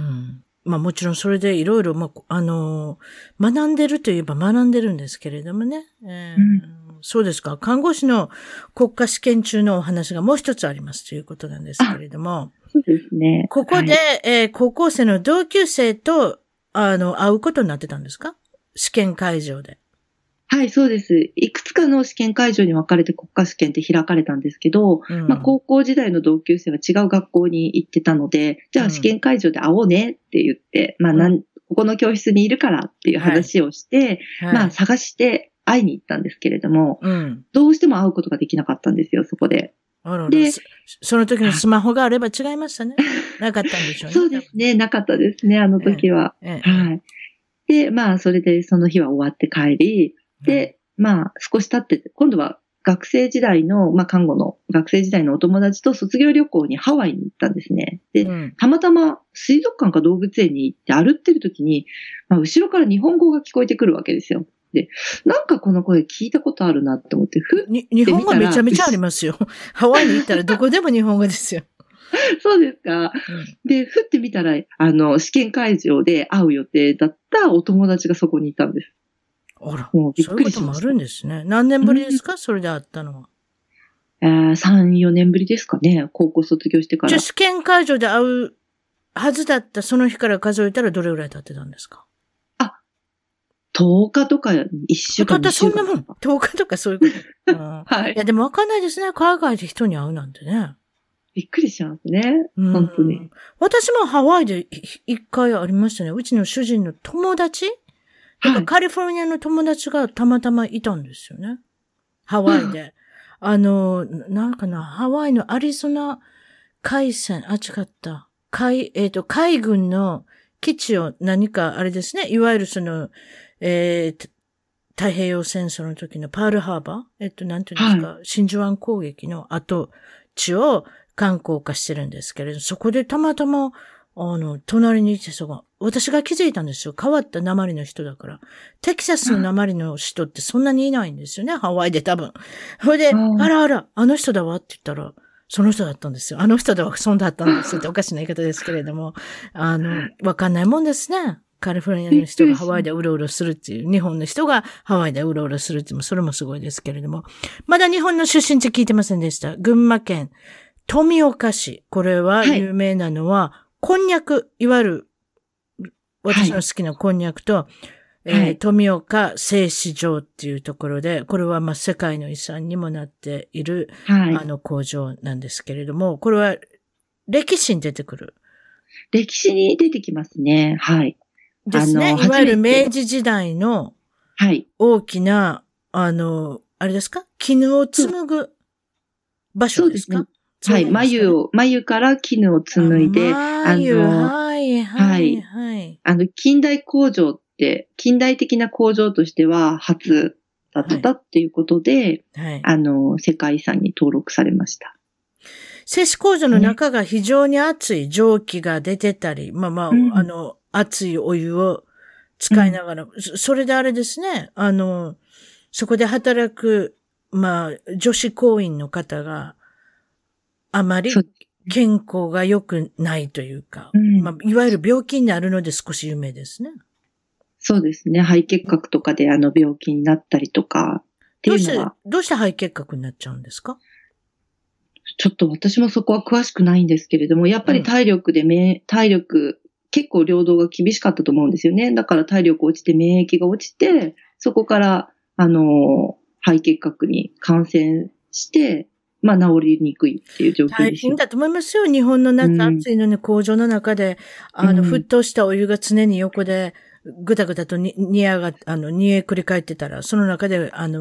まあもちろんそれでいろいろ、まあ、あのー、学んでるといえば学んでるんですけれどもね。えーうんそうですか。看護師の国家試験中のお話がもう一つありますということなんですけれども。 そうですね。 ここで、はいえー、高校生の同級生と、あの、会うことになってたんですか？試験会場で。 はい、そうです。いくつかの試験会場に分かれて国家試験って開かれたんですけど、うん、まあ高校時代の同級生は違う学校に行ってたので、じゃあ試験会場で会おうねって言って、うん、まあなん、ここの教室にいるからっていう話をして、はい、まあ探して、会いに行ったんですけれども、うん、どうしても会うことができなかったんですよ、そこで。 あららで、その時のスマホがあれば違いましたね。なかったんでしょうね。 そうですね、なかったですね、あの時は。えええ、はい。で、まあ、それでその日は終わって帰り、で、うん、まあ、少し経って、今度は学生時代の、まあ、看護の学生時代のお友達と卒業旅行にハワイに行ったんですね。で、うん、たまたま水族館か動物園に行って歩ってる時に、まあ、後ろから日本語が聞こえてくるわけですよ。で、なんかこの声聞いたことあるなって思って、ふって日本語めちゃめちゃありますよ。ハワイに行ったらどこでも日本語ですよ。 そうですか、うん。で、ふって見たら、あの、試験会場で会う予定だったお友達がそこにいたんです。 あら、もうびっくりしました。そういうこともあるんですね。何年ぶりですか、うん、それで会ったのは。 えー、さん、よねんぶりですかね。高校卒業してから。 じゃあ試験会場で会うはずだったその日から数えたらどれぐらい経ってたんですか？ とおかとかいっしゅうかん。 たったそんなもん。とおかとかそういうこと。うん、はい。いや、でもわかんないですね。海外で人に会うなんてね。 びっくりしますね。本当に。 私もハワイで一回ありましたね。うちの主人の友達、はい、なんかカリフォルニアの友達がたまたまいたんですよね。ハワイで。うん、あの、なんかな、ハワイのアリゾナ海戦、あ、違った。海、えっと、海軍の基地を何か、あれですね。いわゆるその、えー、太平洋戦争の時のパールハーバーえっと、なんていうんですか、はい、真珠湾攻撃の跡地を観光化してるんですけれど、そこでたまたま、あの、隣にいて、そこ、私が気づいたんですよ。変わった訛りの人だから。テキサスの訛りの人ってそんなにいないんですよね、ハワイで多分。それで、あらあら、あの人だわって言ったら、その人だったんですよ。あの人だわ、そんだったんですよっておかしな言い方ですけれども、あの、わかんないもんですね。カリフォルニアの人がハワイでうろうろするっていう、日本の人がハワイでうろうろするっていう、それもすごいですけれども。まだ日本の出身地聞いてませんでした。群馬県富岡市。これは有名なのは、はい、こんにゃく、いわゆる、私の好きなこんにゃくと、はいえーはい、富岡製糸場っていうところで、これはまあ世界の遺産にもなっている、はい、あの工場なんですけれども、これは歴史に出てくる。 歴史に出てきますね。はい。 ですね。いわゆる明治時代の大きな、はい、あの、あれですか？絹を紡ぐ場所ですか？ そうですね。はい。眉を、眉から絹を紡いで、 あの、はい、はい、はい。 あの、近代工場って、近代的な工場としては初だったっていうことで、はいはい、あの、世界遺産に登録されました。 製糸工場の中が非常に熱い蒸気が出てたり、まあまあ、うん、あの、熱いお湯を使いながら、うん、それであれですね、あの、そこで働く、まあ、女子工員の方があまり健康が良くないというか、うん、まあ、いわゆる病気になるので少し有名ですね。 そうですね。肺結核とかであの病気になったりとかっていうのは。 どうして、どうして肺結核になっちゃうんですか？ ちょっと私もそこは詳しくないんですけれども、やっぱり体力でめ、うん、体力、結構労働が厳しかったと思うんですよね。だから体力落ちて免疫が落ちて、そこから、あの、肺結核に感染して、まあ治りにくいっていう状況です。 大変だと思いますよ。日本の夏暑いのに工場の中で、うん、あの、沸騰したお湯が常に横で、ぐたぐたとに、煮えが、あの、煮え繰り返ってたら、その中で、あの、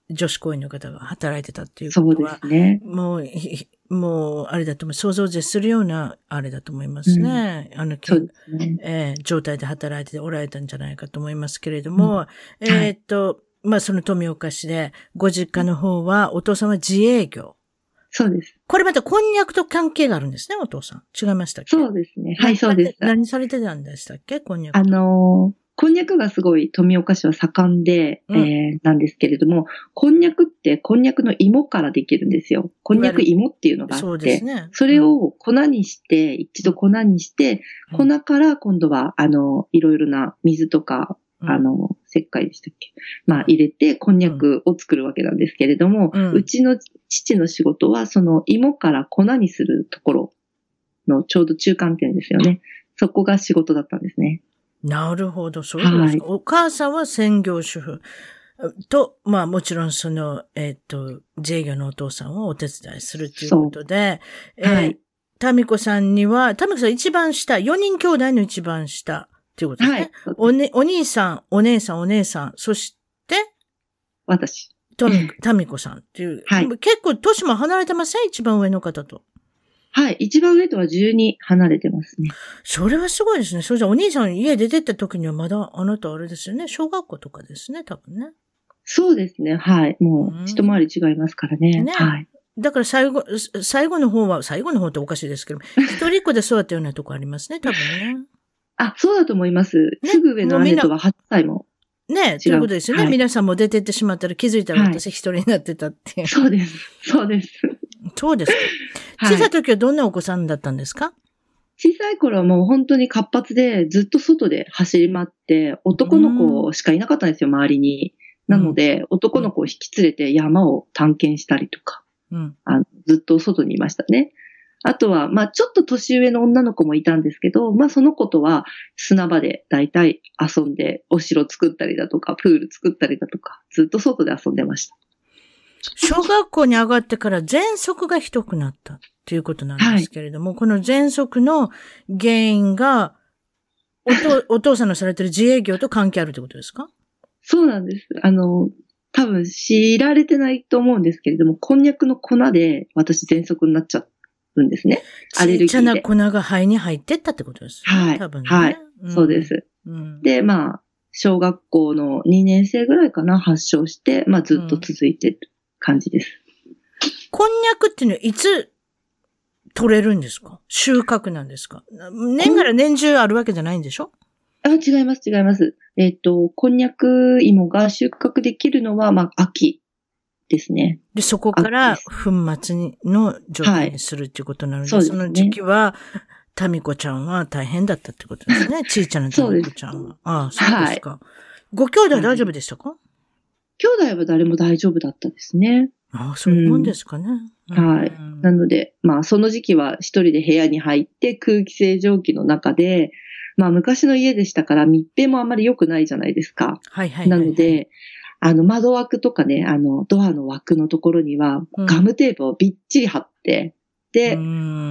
女子高院の方が働いてたっていうことは、 そうですね。 もう、もう、あれだと思う、想像を絶するような、あれだと思いますね。うん、あの、 そうですね。 えー、状態で働いておられたんじゃないかと思いますけれども、うん、えー、っと、はい、まあ、その富岡市で、ご実家の方は、お父さんは自営業。 そうです。 これまたこんにゃくと関係があるんですね、お父さん。違いましたっけ？ そうですね。はい、そうです。 何されてたんでしたっけ、こんにゃく？ あのー、こんにゃくがすごい富岡市は盛んで、うん、えー、なんですけれども、こんにゃくってこんにゃくの芋からできるんですよ。こんにゃく芋っていうのがあって、そうですね。それを粉にして、一度粉にして、うん、粉から今度は、あの、いろいろな水とか、うん、あの、石灰でしたっけ？まあ入れて、こんにゃくを作るわけなんですけれども、うん、うちの父の仕事は、その芋から粉にするところのちょうど中間点ですよね。そこが仕事だったんですね。 なるほど、そうですか。はい、お母さんは専業主婦と、まあもちろんその、えっと、自営業のお父さんをお手伝いするということで、えー、はい。タミコさんには、タミコさん一番下、よにん兄弟の一番下ということですね。はい。おね、お兄さん、お姉さん、お姉さん、そして、 私。 タミ、タミコさんっていう。はい。結構年も離れてません？一番上の方と。 はい。一番上とはじゅうに離れてますね。 それはすごいですね。それじゃお兄さん家出てった時にはまだあなたあれですよね。小学校とかですね、多分ね。 そうですね。はい。もう一回り違いますからね。ね、はい。 だから最後、最後の方は、最後の方っておかしいですけど、一人っ子で育ったようなとこありますね、多分ね。 あ、そうだと思います。ね、すぐ上の姉とははっさいも。 ねえ、ということですよね、はい。皆さんも出てってしまったら気づいたら私一人になってたっていう。 はい、そうです。そうです。 そうですか。小さい時はどんなお子さんだったんですか？ 小さい頃はもう本当に活発でずっと外で走り回って男の子しかいなかったんですよ、周りに。なので、男の子を引き連れて山を探検したりとか、うん、あのずっと外にいましたね。あとは、まあちょっと年上の女の子もいたんですけど、まあその子とは砂場で大体遊んでお城作ったりだとか、プール作ったりだとか、ずっと外で遊んでました。 小学校に上がってから喘息がひどくなったっていうことなんですけれども、はい、この喘息の原因がおと、お父さんのされてる自営業と関係あるってことですか？ そうなんです。あの、多分知られてないと思うんですけれども、こんにゃくの粉で私喘息になっちゃうんですね。アレルギーで。 ちっちゃな粉が肺に入ってったってことですね。はい。多分ね。 はい。うん、そうです。うん、で、まあ、小学校のにねん生ぐらいかな、発症して、まあずっと続いてる感じです。うん、 こんにゃくっていうのはいつ取れるんですか？収穫なんですか？年がら年中あるわけじゃないんでしょ？ あ、違います、違います。えっと、こんにゃく芋が収穫できるのは、まあ、秋ですね。 で、そこから粉末の状態にするっていうことなので、はい、その時期は、タミコちゃんは大変だったってことですね。ちいちゃなタミコちゃんは。ああ、そうですか。はい、ご兄弟大丈夫でしたか？ 兄弟は誰も大丈夫だったですね。 ああ、そういうもんですかね。 うん、はい。なので、まあ、その時期は一人で部屋に入って空気清浄機の中で、まあ昔の家でしたから密閉もあまり良くないじゃないですか。 はいはいはい、はい。 なので、あの窓枠とかね、あのドアの枠のところにはガムテープをびっちり貼って、うん、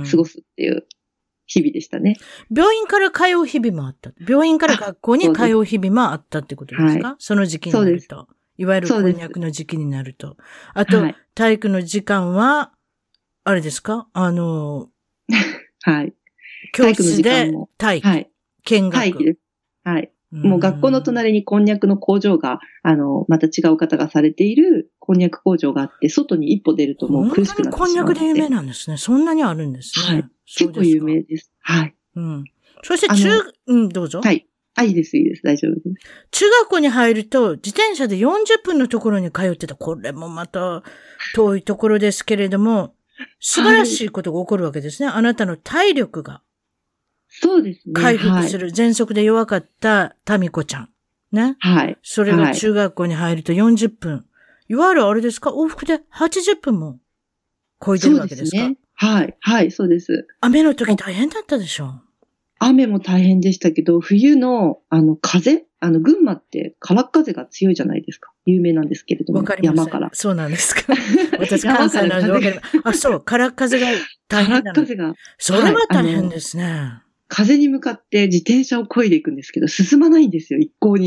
で、過ごすっていう日々でしたね。 病院から通う日々もあった。病院から学校に通う日々もあったってことですか？はい、その時期になると。いわゆるこんにゃくの時期になると。あと、はい、体育の時間は、あれですか？あの、 はい。 教室で体育。はい。見学。 はい。はい。もう学校の隣にこんにゃくの工場が、あの、また違う方がされているこんにゃく工場があって、外に一歩出るともう苦しくなってしまう。 こんにゃくで有名なんですね。そんなにあるんですね。 はい。結構有名です。はい。 うん。そして中、うん、どうぞ。 はい。あ、いいです、いいです。大丈夫です。 中学校に入ると、自転車でよんじゅっぷんのところに通ってた。これもまた遠いところですけれども、素晴らしいことが起こるわけですね。はい、あなたの体力が。 そうですね。 回復する。喘息で弱かったタミコちゃん。ね。 はい。 それが中学校に入るとよんじゅっぷん。いわゆるあれですか？往復ではちじゅっぷんも超えてるわけですか？ そうですね。はい。はい、そうです。 雨の時大変だったでしょ？ 雨も大変でしたけど、冬の、あの、風あの、群馬って空っ風が強いじゃないですか。有名なんですけれども。 わかります。 山から。 そうなんですか。私、関西なんでわかります。あ、そう、空っ風が大変なの。 空っ風が。 それは大変ですね。 はい、風に向かって自転車を漕いでいくんですけど、進まないんですよ、一向に。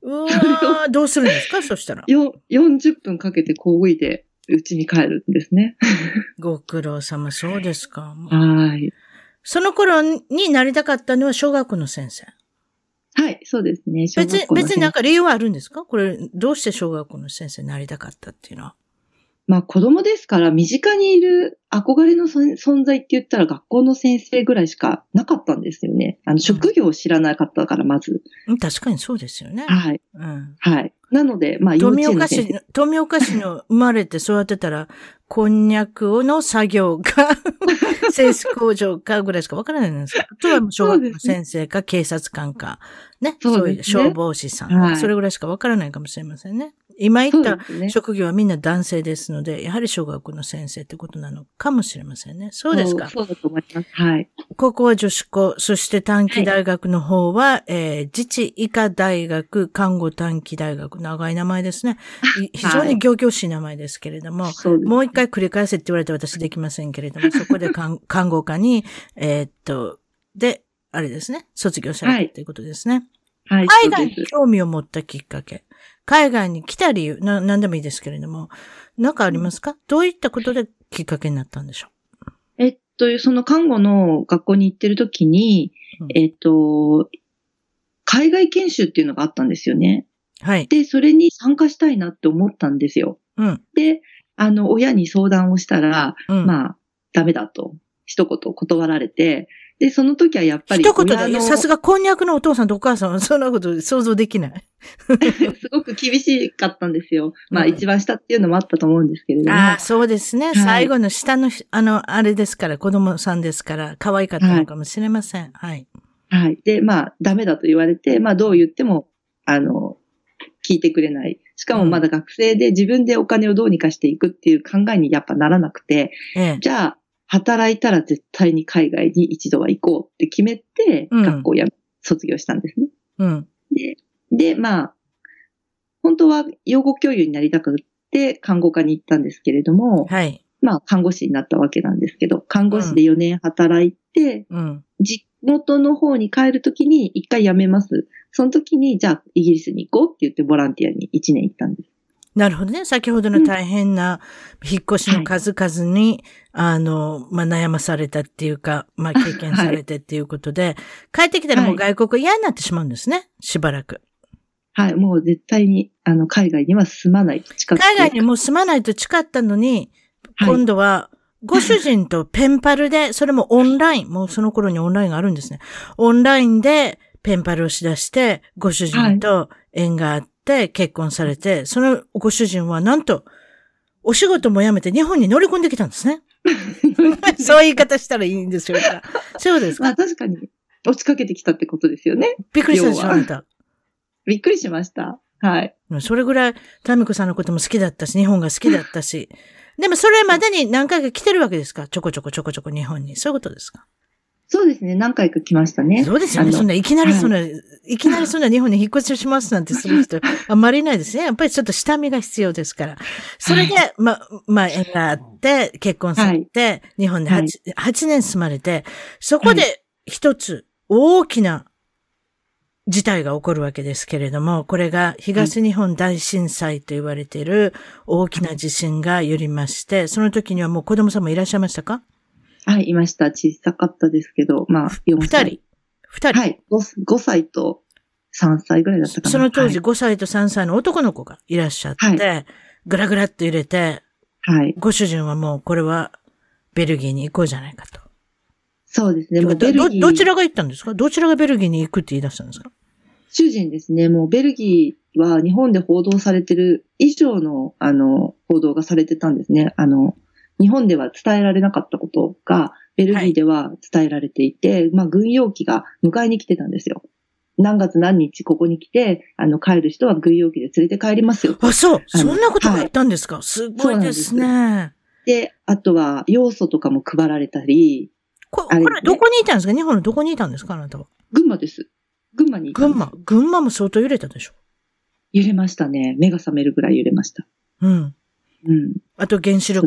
うわー、どうするんですかそしたら。 よ、よんじゅっぷんかけてこういで、家に帰るんですね。 ご苦労様、そうですか。 はい。 その頃になりたかったのは小学校の先生。 はい、そうですね。小学別に、 校の先生。 別になんか理由はあるんですか？これ、どうして小学校の先生になりたかったっていうのは。 まあ子供ですから身近にいる憧れの存在って言ったら学校の先生ぐらいしかなかったんですよね。あの、職業を知らなかったから、まず。 うん、確かにそうですよね。 はい。 うん。 はい。なので、まあ幼稚園の先生。 富岡市の生まれて育てたら、こんにゃくの作業か、製紙工場かぐらいしかわからないんですか。あとは小学校の先生か警察官か、ね。そういう消防士さん、はい。それぐらいしかわからないかもしれませんね。今言った職業はみんな男性ですので、やはり小学校の先生ってことなのかもしれませんね。そうですか。 そう、そうだと思います。はい。 高校は女子校、そして短期大学の方は、はい、えー、自治医科大学、看護短期大学、長い名前ですね。非常に仰々しい名前ですけれども、はい、もう一回繰り返せって言われて私できませんけれども、そこで看護科に、えー、っと、で、あれですね、卒業されたということですね。はい。海外に興味を持ったきっかけ。海外に来た理由、な、なんでもいいですけれども、何かありますか？どういったことできっかけになったんでしょう？ えっと、その看護の学校に行ってるときに、うん、えっと、海外研修っていうのがあったんですよね。 はい。 で、それに参加したいなって思ったんですよ。 うん。 で、あの、親に相談をしたら、 うん、 まあ、ダメだと、一言断られて、で、その時はやっぱり一言で、さすがこんにゃくのお父さんとお母さんはそんなこと想像できない。 すごく厳しかったんですよ。まあ、うん、一番下っていうのもあったと思うんですけれども。 ああ、そうですね。はい、最後の下の、あの、あれですから、子供さんですから、可愛かったのかもしれません。はい。 はい。はい、で、まあ、ダメだと言われて、まあ、どう言っても、あの、聞いてくれない。しかもまだ学生で自分でお金をどうにかしていくっていう考えにやっぱならなくて、 ええ、 じゃあ、働いたら絶対に海外に一度は行こうって決めて、うん、学校をやめ、卒業したんですね。 うん。 で、で、まあ、本当は養護教諭になりたくて看護科に行ったんですけれども、 はい。 まあ、看護師になったわけなんですけど、看護師でよねん働いて、 うん、 地元の方に帰るときに一回辞めます。その時に、じゃあイギリスに行こうって言ってボランティアにいちねん行ったんです。 なるほどね。先ほどの大変な引っ越しの数々に、はい、あの、まあ、悩まされたっていうか、まあ、経験されてっていうことで、はい、帰ってきたらもう外国嫌になってしまうんですね。しばらく。 はい。もう絶対に、あの、海外には住まないと誓って。 海外にもう住まないと誓ったのに、はい、今度は、ご主人とペンパルで、それもオンライン、もうその頃にオンラインがあるんですね。オンラインでペンパルをしだして、ご主人と縁があって、結婚されて、はい、そのご主人はなんと、お仕事も辞めて日本に乗り込んできたんですね。そういう言い方したらいいんでしょうか。そうですか。 まあ確かに、押しかけてきたってことですよね。 びっくりしたでしょ、あなた。 びっくりしました。はい。 それぐらい、タミコさんのことも好きだったし、日本が好きだったし。でもそれまでに何回か来てるわけですか？ちょこちょこちょこちょこ日本に。そういうことですか？ そうですね。何回か来ましたね。 そうですよね。そんな、いきなりそんな、はい、いきなりそんな日本に引っ越ししますなんてする人、あんまりいないですね。やっぱりちょっと下見が必要ですから。それで、はい、ま、まあ、縁があって、結婚されて、はい、日本で 8,、はい、はちねん住まれて、そこで一つ大きな事態が起こるわけですけれども、これが東日本大震災と言われている大きな地震が揺りまして、その時にはもう子供さんもいらっしゃいましたか？ はい、いました。小さかったですけど、まあ、よんさい。 二人。二人。 はい。ごさいとさんさいぐらいだったかな。 その当時ごさいとさんさいの男の子がいらっしゃって、はい、ぐらぐらっと揺れて、 はい。 ご主人はもうこれはベルギーに行こうじゃないかと。 そうですね。 もうベルギーど、どちらが行ったんですか？どちらがベルギーに行くって言い出したんですか？ 主人ですね。もうベルギーは日本で報道されてる以上の、あの、報道がされてたんですね。あの、日本では伝えられなかったことが、ベルギーでは伝えられていて、はい、まあ、軍用機が迎えに来てたんですよ。何月何日ここに来て、あの、帰る人は軍用機で連れて帰りますよ。 あ、そう。そんなことがあったんですか？はい、すごいですね。 で、あとは、要素とかも配られたり。 これ、これどこにいたんですか？日本のどこにいたんですか？あなたは。 群馬です。群馬にいたんです。 群馬。群馬も相当揺れたでしょ？ 揺れましたね。目が覚めるぐらい揺れました。 うん。 うん。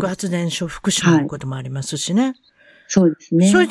あと原子力発電所福島のこともありますしね。はい、 そうですね。 それで、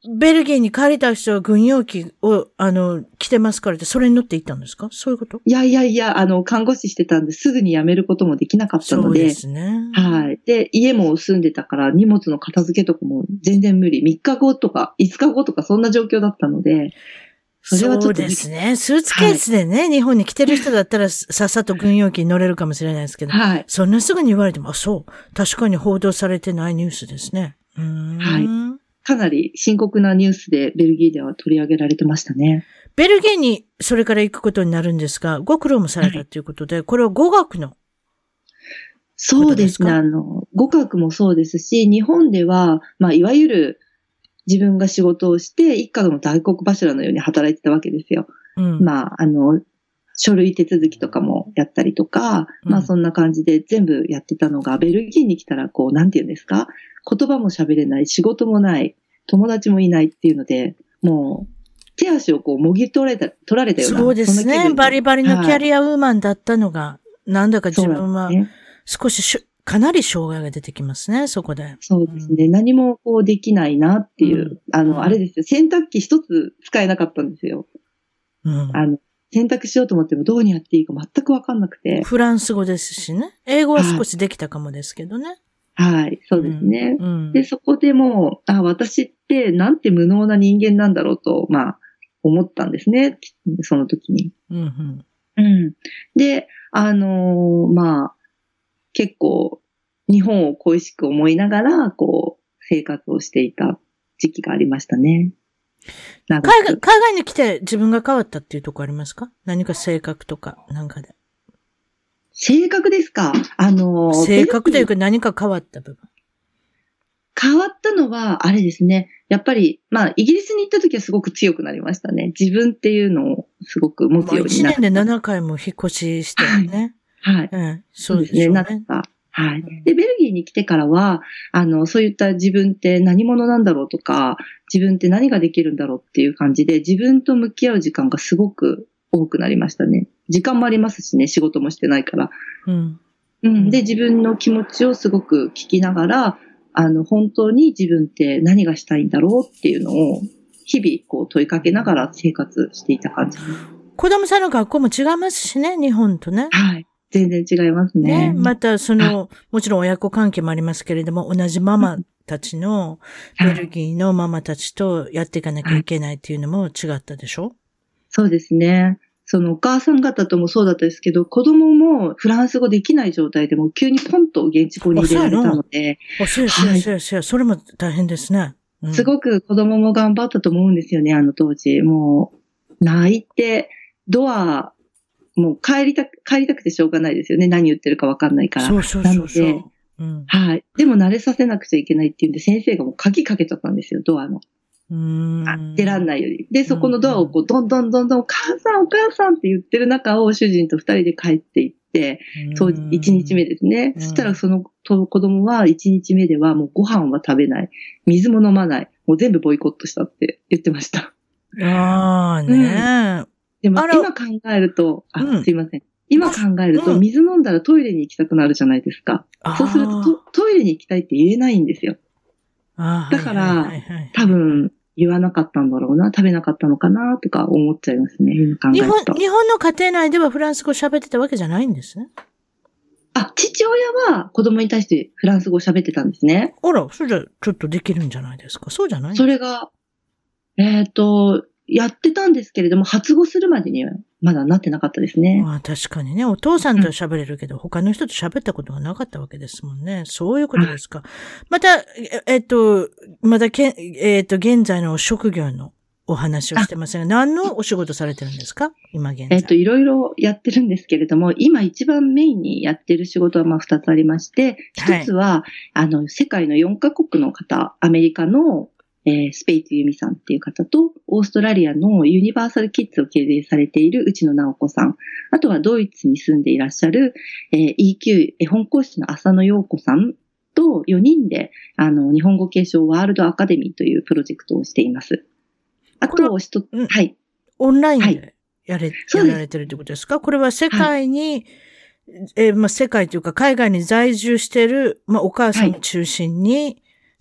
ベルギーに帰りたい人は軍用機を、あの、着てますからって、それに乗って行ったんですか？そういうこと？ いやいやいや、あの、看護師してたんですぐに辞めることもできなかったので。 そうですね。 はい。で、家も住んでたから荷物の片付けとかも全然無理。みっかごとかいつかごとかそんな状況だったので。 それはちょっとそうですね。スーツケースでね、はい、日本に来てる人だったらさっさと軍用機に乗れるかもしれないですけど。はい。そんなすぐに言われても、あ、そう。確かに報道されてないニュースですね。うーん。 はい。かなり深刻なニュースでベルギーでは取り上げられてましたね。 ベルギーにそれから行くことになるんですが、ご苦労もされたということで、はい、これは語学のそうですね。あの、語学もそうですし、日本では、まあ、いわゆる自分が仕事をして、一家の大黒柱のように働いてたわけですよ。うん、まあ、あの、書類手続きとかもやったりとか、うん、まあそんな感じで全部やってたのが、ベルギーに来たらこう、なんて言うんですか？言葉も喋れない、仕事もない、友達もいないっていうので、もう、手足をこう、もぎ取られた、取られたような。 そうですね。バリバリのキャリアウーマンだったのが、はい、なんだか自分は、少しし、かなり障害が出てきますね、そこで。 そうですね。うん、何もこうできないなっていう、うん、あの、あれですよ。洗濯機一つ使えなかったんですよ。うん、あの、洗濯しようと思ってもどうにやっていいか全くわかんなくて。 フランス語ですしね。英語は少しできたかもですけどね。 はい、はい、そうですね。うんうん、で、そこでもう、あ、私ってなんて無能な人間なんだろうと、まあ、思ったんですね。その時に。うんうんうん、で、あのー、まあ、結構、日本を恋しく思いながら、こう、生活をしていた時期がありましたね。 海外、海外に来て自分が変わったっていうところありますか？何か性格とか、なんかで。 性格ですか？あのー、 性格というか何か変わった部分。 変わったのは、あれですね。やっぱり、まあ、イギリスに行った時はすごく強くなりましたね。自分っていうのをすごく持つようになった。まあ、いちねんでななかいも引っ越ししてね。 はい。はい。うん、そうですね。なった。はい。で、ベルギーに来てからは、あの、そういった自分って何者なんだろうとか、自分って何ができるんだろうっていう感じで、自分と向き合う時間がすごく多くなりましたね。時間もありますしね、仕事もしてないから。うん。うん。で、自分の気持ちをすごく聞きながら、あの、本当に自分って何がしたいんだろうっていうのを、日々こう問いかけながら生活していた感じ。 子供さんの学校も違いますしね、日本とね。 はい。全然違いますね。 ね。また、その、もちろん親子関係もありますけれども、同じママたちの、ベルギーのママたちとやっていかなきゃいけないっていうのも違ったでしょ？ そうですね。そのお母さん方ともそうだったですけど、子供もフランス語できない状態でも急にポンと現地語に入れられたので。 あ、そうや、そうや、そうや、そうや、それも大変ですね。 うん、すごく子供も頑張ったと思うんですよね、あの当時。もう、泣いて、ドア、もう帰りたく、帰りたくてしょうがないですよね。何言ってるかわかんないから。 そうそうそうそう。 なので、うん、はい。でも慣れさせなくちゃいけないっていうんで、先生がもう鍵かけちゃったんですよ、ドアの。うーん。出らんないように。で、そこのドアをこう、どんどんどんどん、お母さん、お母さんって言ってる中を主人と二人で帰っていって、そう、一日目ですね。そしたらその子供は一日目ではもうご飯は食べない。水も飲まない。もう全部ボイコットしたって言ってました。 ああ、ねえ。うんでも今考えると、あ、うん、すいません。今考えると、水飲んだらトイレに行きたくなるじゃないですか。うん、そうするとト、トイレに行きたいって言えないんですよ。だから、多分言わなかったんだろうな、食べなかったのかな、とか思っちゃいますね、今考えると。 日本、日本の家庭内ではフランス語喋ってたわけじゃないんですね。 あ、父親は子供に対してフランス語喋ってたんですね。 あら、それじゃちょっとできるんじゃないですか。そうじゃないそれが、えっと、やってたんですけれども、発語するまでにはまだなってなかったですね。 まあ確かにね、お父さんと喋れるけど、うん、他の人と喋ったことがなかったわけですもんね。そういうことですか。また、えっと、まだけ、えっと、現在の職業のお話をしてませんが、何のお仕事されてるんですか？今現在。 えっと、いろいろやってるんですけれども、今一番メインにやってる仕事はまあ二つありまして、一つは、はい、あの、世界のよんカ国の方、アメリカのえー、スペイツユミさんっていう方と、オーストラリアのユニバーサルキッズを経営されている内野直子さん。あとはドイツに住んでいらっしゃる、えー、イーキュー 絵本講師の浅野陽子さんとよにんで、あの、日本語継承ワールドアカデミーというプロジェクトをしています。あと、一つ、はい。 オンラインでやれ、はい、やられてるってことですか？これは世界に、はい、えー、まあ、世界というか海外に在住している、まあ、お母さんを中心に、はい、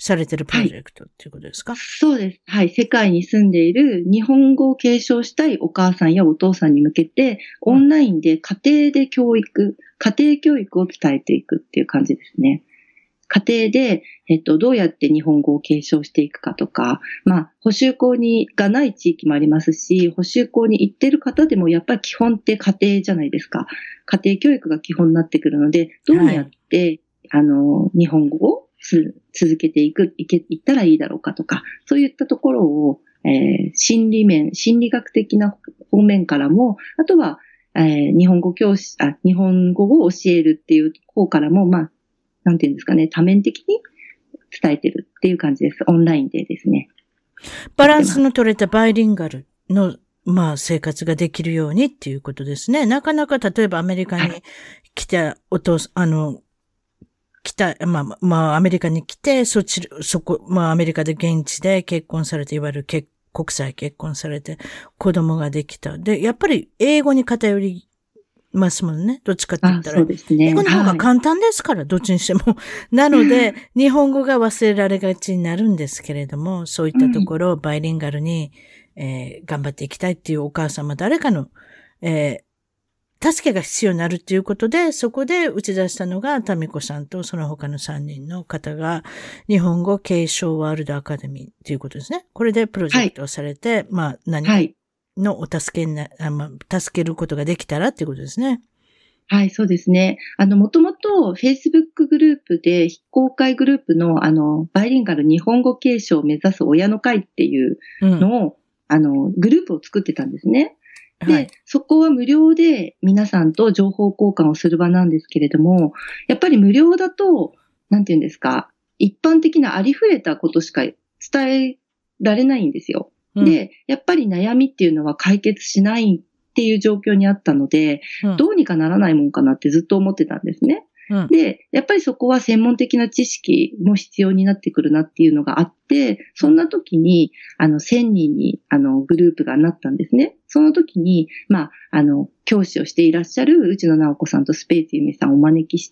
されてるプロジェクトっていうことですか？ そうです。はい。世界に住んでいる日本語を継承したいお母さんやお父さんに向けて、オンラインで家庭で教育、家庭教育を伝えていくっていう感じですね。家庭で、えっと、どうやって日本語を継承していくかとか、まあ、補習校にがない地域もありますし、補習校に行ってる方でもやっぱり基本って家庭じゃないですか。家庭教育が基本になってくるので、どうやって、はい、あの、日本語を続けていく、いけ、いったらいいだろうかとか、そういったところを、えー、心理面、心理学的な方面からも、あとは、えー、日本語教師、あ、日本語を教えるっていう方からも、まあ、なんていうんですかね、多面的に伝えてるっていう感じです。オンラインでですね。 バランスの取れたバイリンガルの、まあ、生活ができるようにっていうことですね。なかなか、例えばアメリカに来たお父さん、あの、来た、まあ、まあ、アメリカに来て、そっち、そこ、まあ、アメリカで現地で結婚されて、いわゆる結、国際結婚されて、子供ができた。で、やっぱり英語に偏りますもんね。どっちかって言ったら。 そうですね。 英語の方が簡単ですから、はい、どっちにしても。なので、日本語が忘れられがちになるんですけれども、そういったところをバイリンガルに、えー、頑張っていきたいっていうお母様、誰かの、えー、助けが必要になるっていうことで、そこで打ち出したのが、タミコさんとその他のさんにんの方が、日本語継承ワールドアカデミーっていうことですね。これでプロジェクトをされて、はい、まあ、何か、はいのお助けにな、あまあ、助けることができたらっていうことですね。 はい、そうですね。あの、もともと Facebook グループで非公開グループの、あの、バイリンガル日本語継承を目指す親の会っていうのを、うん、あの、グループを作ってたんですね。で、はい、そこは無料で皆さんと情報交換をする場なんですけれども、やっぱり無料だと、なんていうんですか、一般的なありふれたことしか伝えられないんですよ。で、やっぱり悩みっていうのは解決しないっていう状況にあったので、うん、どうにかならないもんかなってずっと思ってたんですね。うん、で、やっぱりそこは専門的な知識も必要になってくるなっていうのがあって、そんな時に、あの、せんにんに、あの、グループがなったんですね。その時に、まあ、あの、教師をしていらっしゃる内野直子さんとスペースゆめさんをお招きして、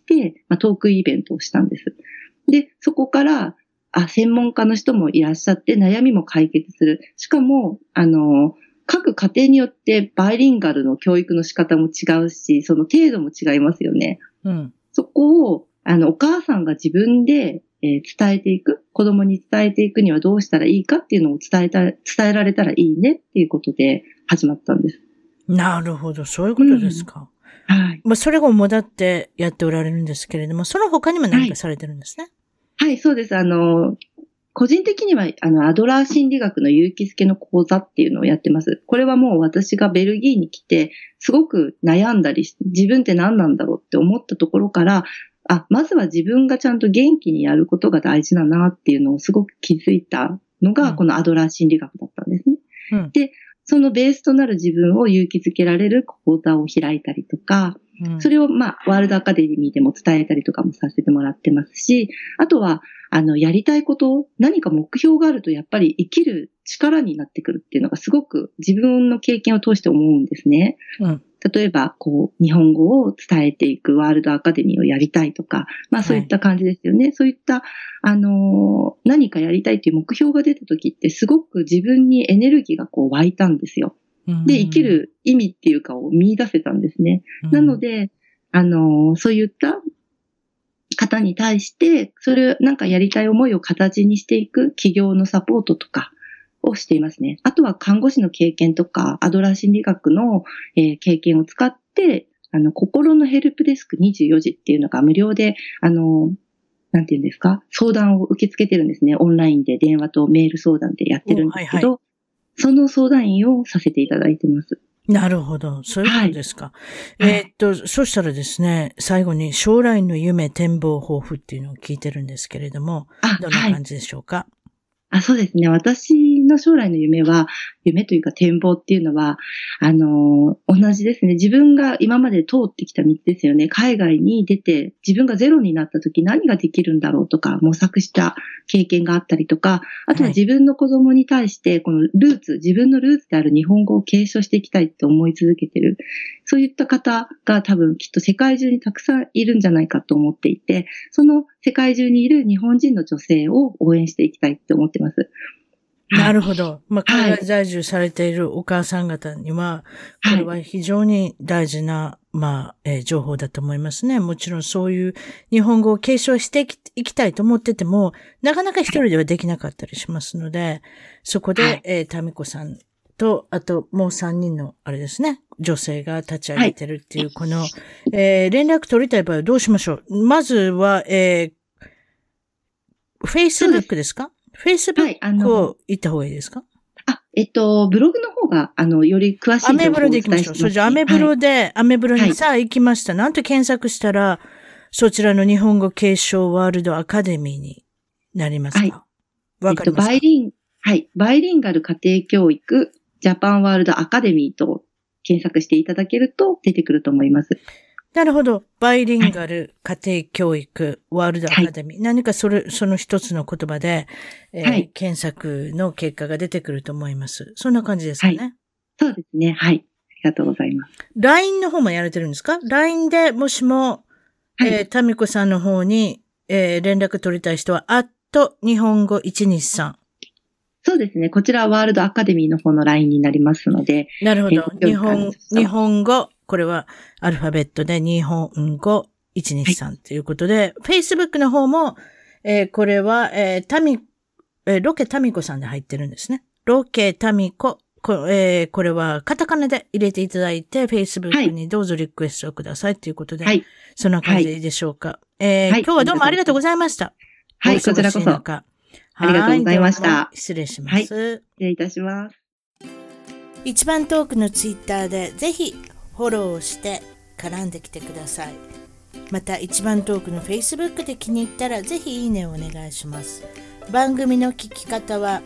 まあ、トークイベントをしたんです。で、そこから、あ、専門家の人もいらっしゃって悩みも解決する。しかも、あの、各家庭によってバイリンガルの教育の仕方も違うし、その程度も違いますよね。うん。そこを、あの、お母さんが自分で、えー、伝えていく、子供に伝えていくにはどうしたらいいかっていうのを伝えた、伝えられたらいいねっていうことで始まったんです。 なるほど、そういうことですか。うん、はい。まあ、それが主だってやっておられるんですけれども、その他にも何かされてるんですね。 はい、はい、そうです。あの、個人的には、あの、アドラー心理学の勇気づけの講座っていうのをやってます。これはもう私がベルギーに来て、すごく悩んだり、自分って何なんだろうって思ったところから、あ、まずは自分がちゃんと元気にやることが大事だなっていうのをすごく気づいたのが、このアドラー心理学だったんですね。うん、で、そのベースとなる自分を勇気づけられる講座を開いたりとか、うん、それをまあ、ワールドアカデミーでも伝えたりとかもさせてもらってますし、あとは、あの、やりたいこと、何か目標があるとやっぱり生きる力になってくるっていうのがすごく自分の経験を通して思うんですね。うん、例えば、こう、日本語を伝えていくワールドアカデミーをやりたいとか、まあそういった感じですよね。はい、そういった、あの、何かやりたいっていう目標が出た時ってすごく自分にエネルギーがこう湧いたんですよ。で、生きる意味っていうかを見出せたんですね。うん、なので、あの、そういった方に対して、それをなんかやりたい思いを形にしていく企業のサポートとかをしていますね。あとは看護師の経験とか、アドラー心理学の、えー、経験を使って、あの、心のヘルプデスクにじゅうよじっていうのが無料で、あの、なんていうんですか、相談を受け付けてるんですね。オンラインで電話とメール相談でやってるんですけど、はいはい、その相談員をさせていただいてます。 なるほど。そういうことですか。はい、えー、っと、そしたらですね、最後に将来の夢、展望、抱負っていうのを聞いてるんですけれども、どんな感じでしょうか？ あ、そうですね。私の将来の夢は、夢というか展望っていうのは、あの、同じですね。自分が今まで通ってきた道ですよね。海外に出て、自分がゼロになった時何ができるんだろうとか、模索した経験があったりとか、あとは自分の子供に対して、このルーツ、自分のルーツである日本語を継承していきたいって思い続けてる。そういった方が多分きっと世界中にたくさんいるんじゃないかと思っていて、その世界中にいる日本人の女性を応援していきたいって思ってます。 なるほど。まあ、海外在住されているお母さん方には、これは非常に大事な、まあ、えー、情報だと思いますね。もちろんそういう日本語を継承していきたいと思ってても、なかなか一人ではできなかったりしますので、そこで、はい、えー、タミコさんと、あともう三人の、あれですね、女性が立ち上げてるっていう、はい、この、えー、連絡取りたい場合はどうしましょう。まずは、えー、Facebook ですか？Facebook を行った方がいいですか？ あ、えっと、ブログの方が、あの、より詳しい情報をお伝えします。アメブロで行きましょう。 そう、じゃあ、アメブロで、はい、アメブロにさあ行きました。なんと検索したら、そちらの日本語継承ワールドアカデミーになりますか？はい。わかりますか？えっと、バイリン、はい。バイリンガル家庭教育、ジャパンワールドアカデミーと検索していただけると出てくると思います。 なるほど。バイリンガル家庭教育ワールドアカデミー。はい、何かそれ、その一つの言葉で、えーはい、検索の結果が出てくると思います。そんな感じですかね。はい、 そうですね。はい。ありがとうございます。 ライン の方もやれてるんですか？ ライン でもしも、はい、えー、タミコさんの方に、えー、連絡取りたい人は、アット日本語いちにさん。 そうですね。こちらはワールドアカデミーの方の ライン になりますので。 なるほど。日本、日本語。これはアルファベットで日本語いちにさんということで、はい、Facebook の方も、えー、これは、えー、タミ、えー、ロケタミコさんで入ってるんですね。ロケタミコ、こ, えー、これはカタカナで入れていただいて、Facebook にどうぞリクエストをくださいということで、はい、そんな感じでいいでしょうか。はい、えーはい、今日はどうもありがとうございました。 はい、こちらこそ。ありがとうございました。 失礼します。はい、 失礼いたします。 一番トークのツイッターでぜひフォローして絡んできてください。また一番トークの Facebook で気に入ったらぜひいいねをお願いします。番組の聞き方は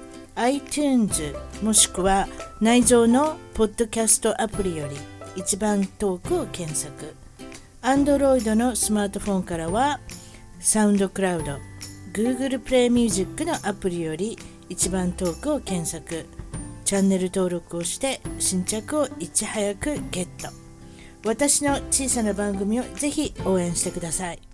iTunes もしくは内蔵のポッドキャストアプリより一番トークを検索。Android のスマートフォンからは SoundCloud、Google Play Music のアプリより一番トークを検索。チャンネル登録をして新着をいち早くゲット。私の小さな番組をぜひ応援してください。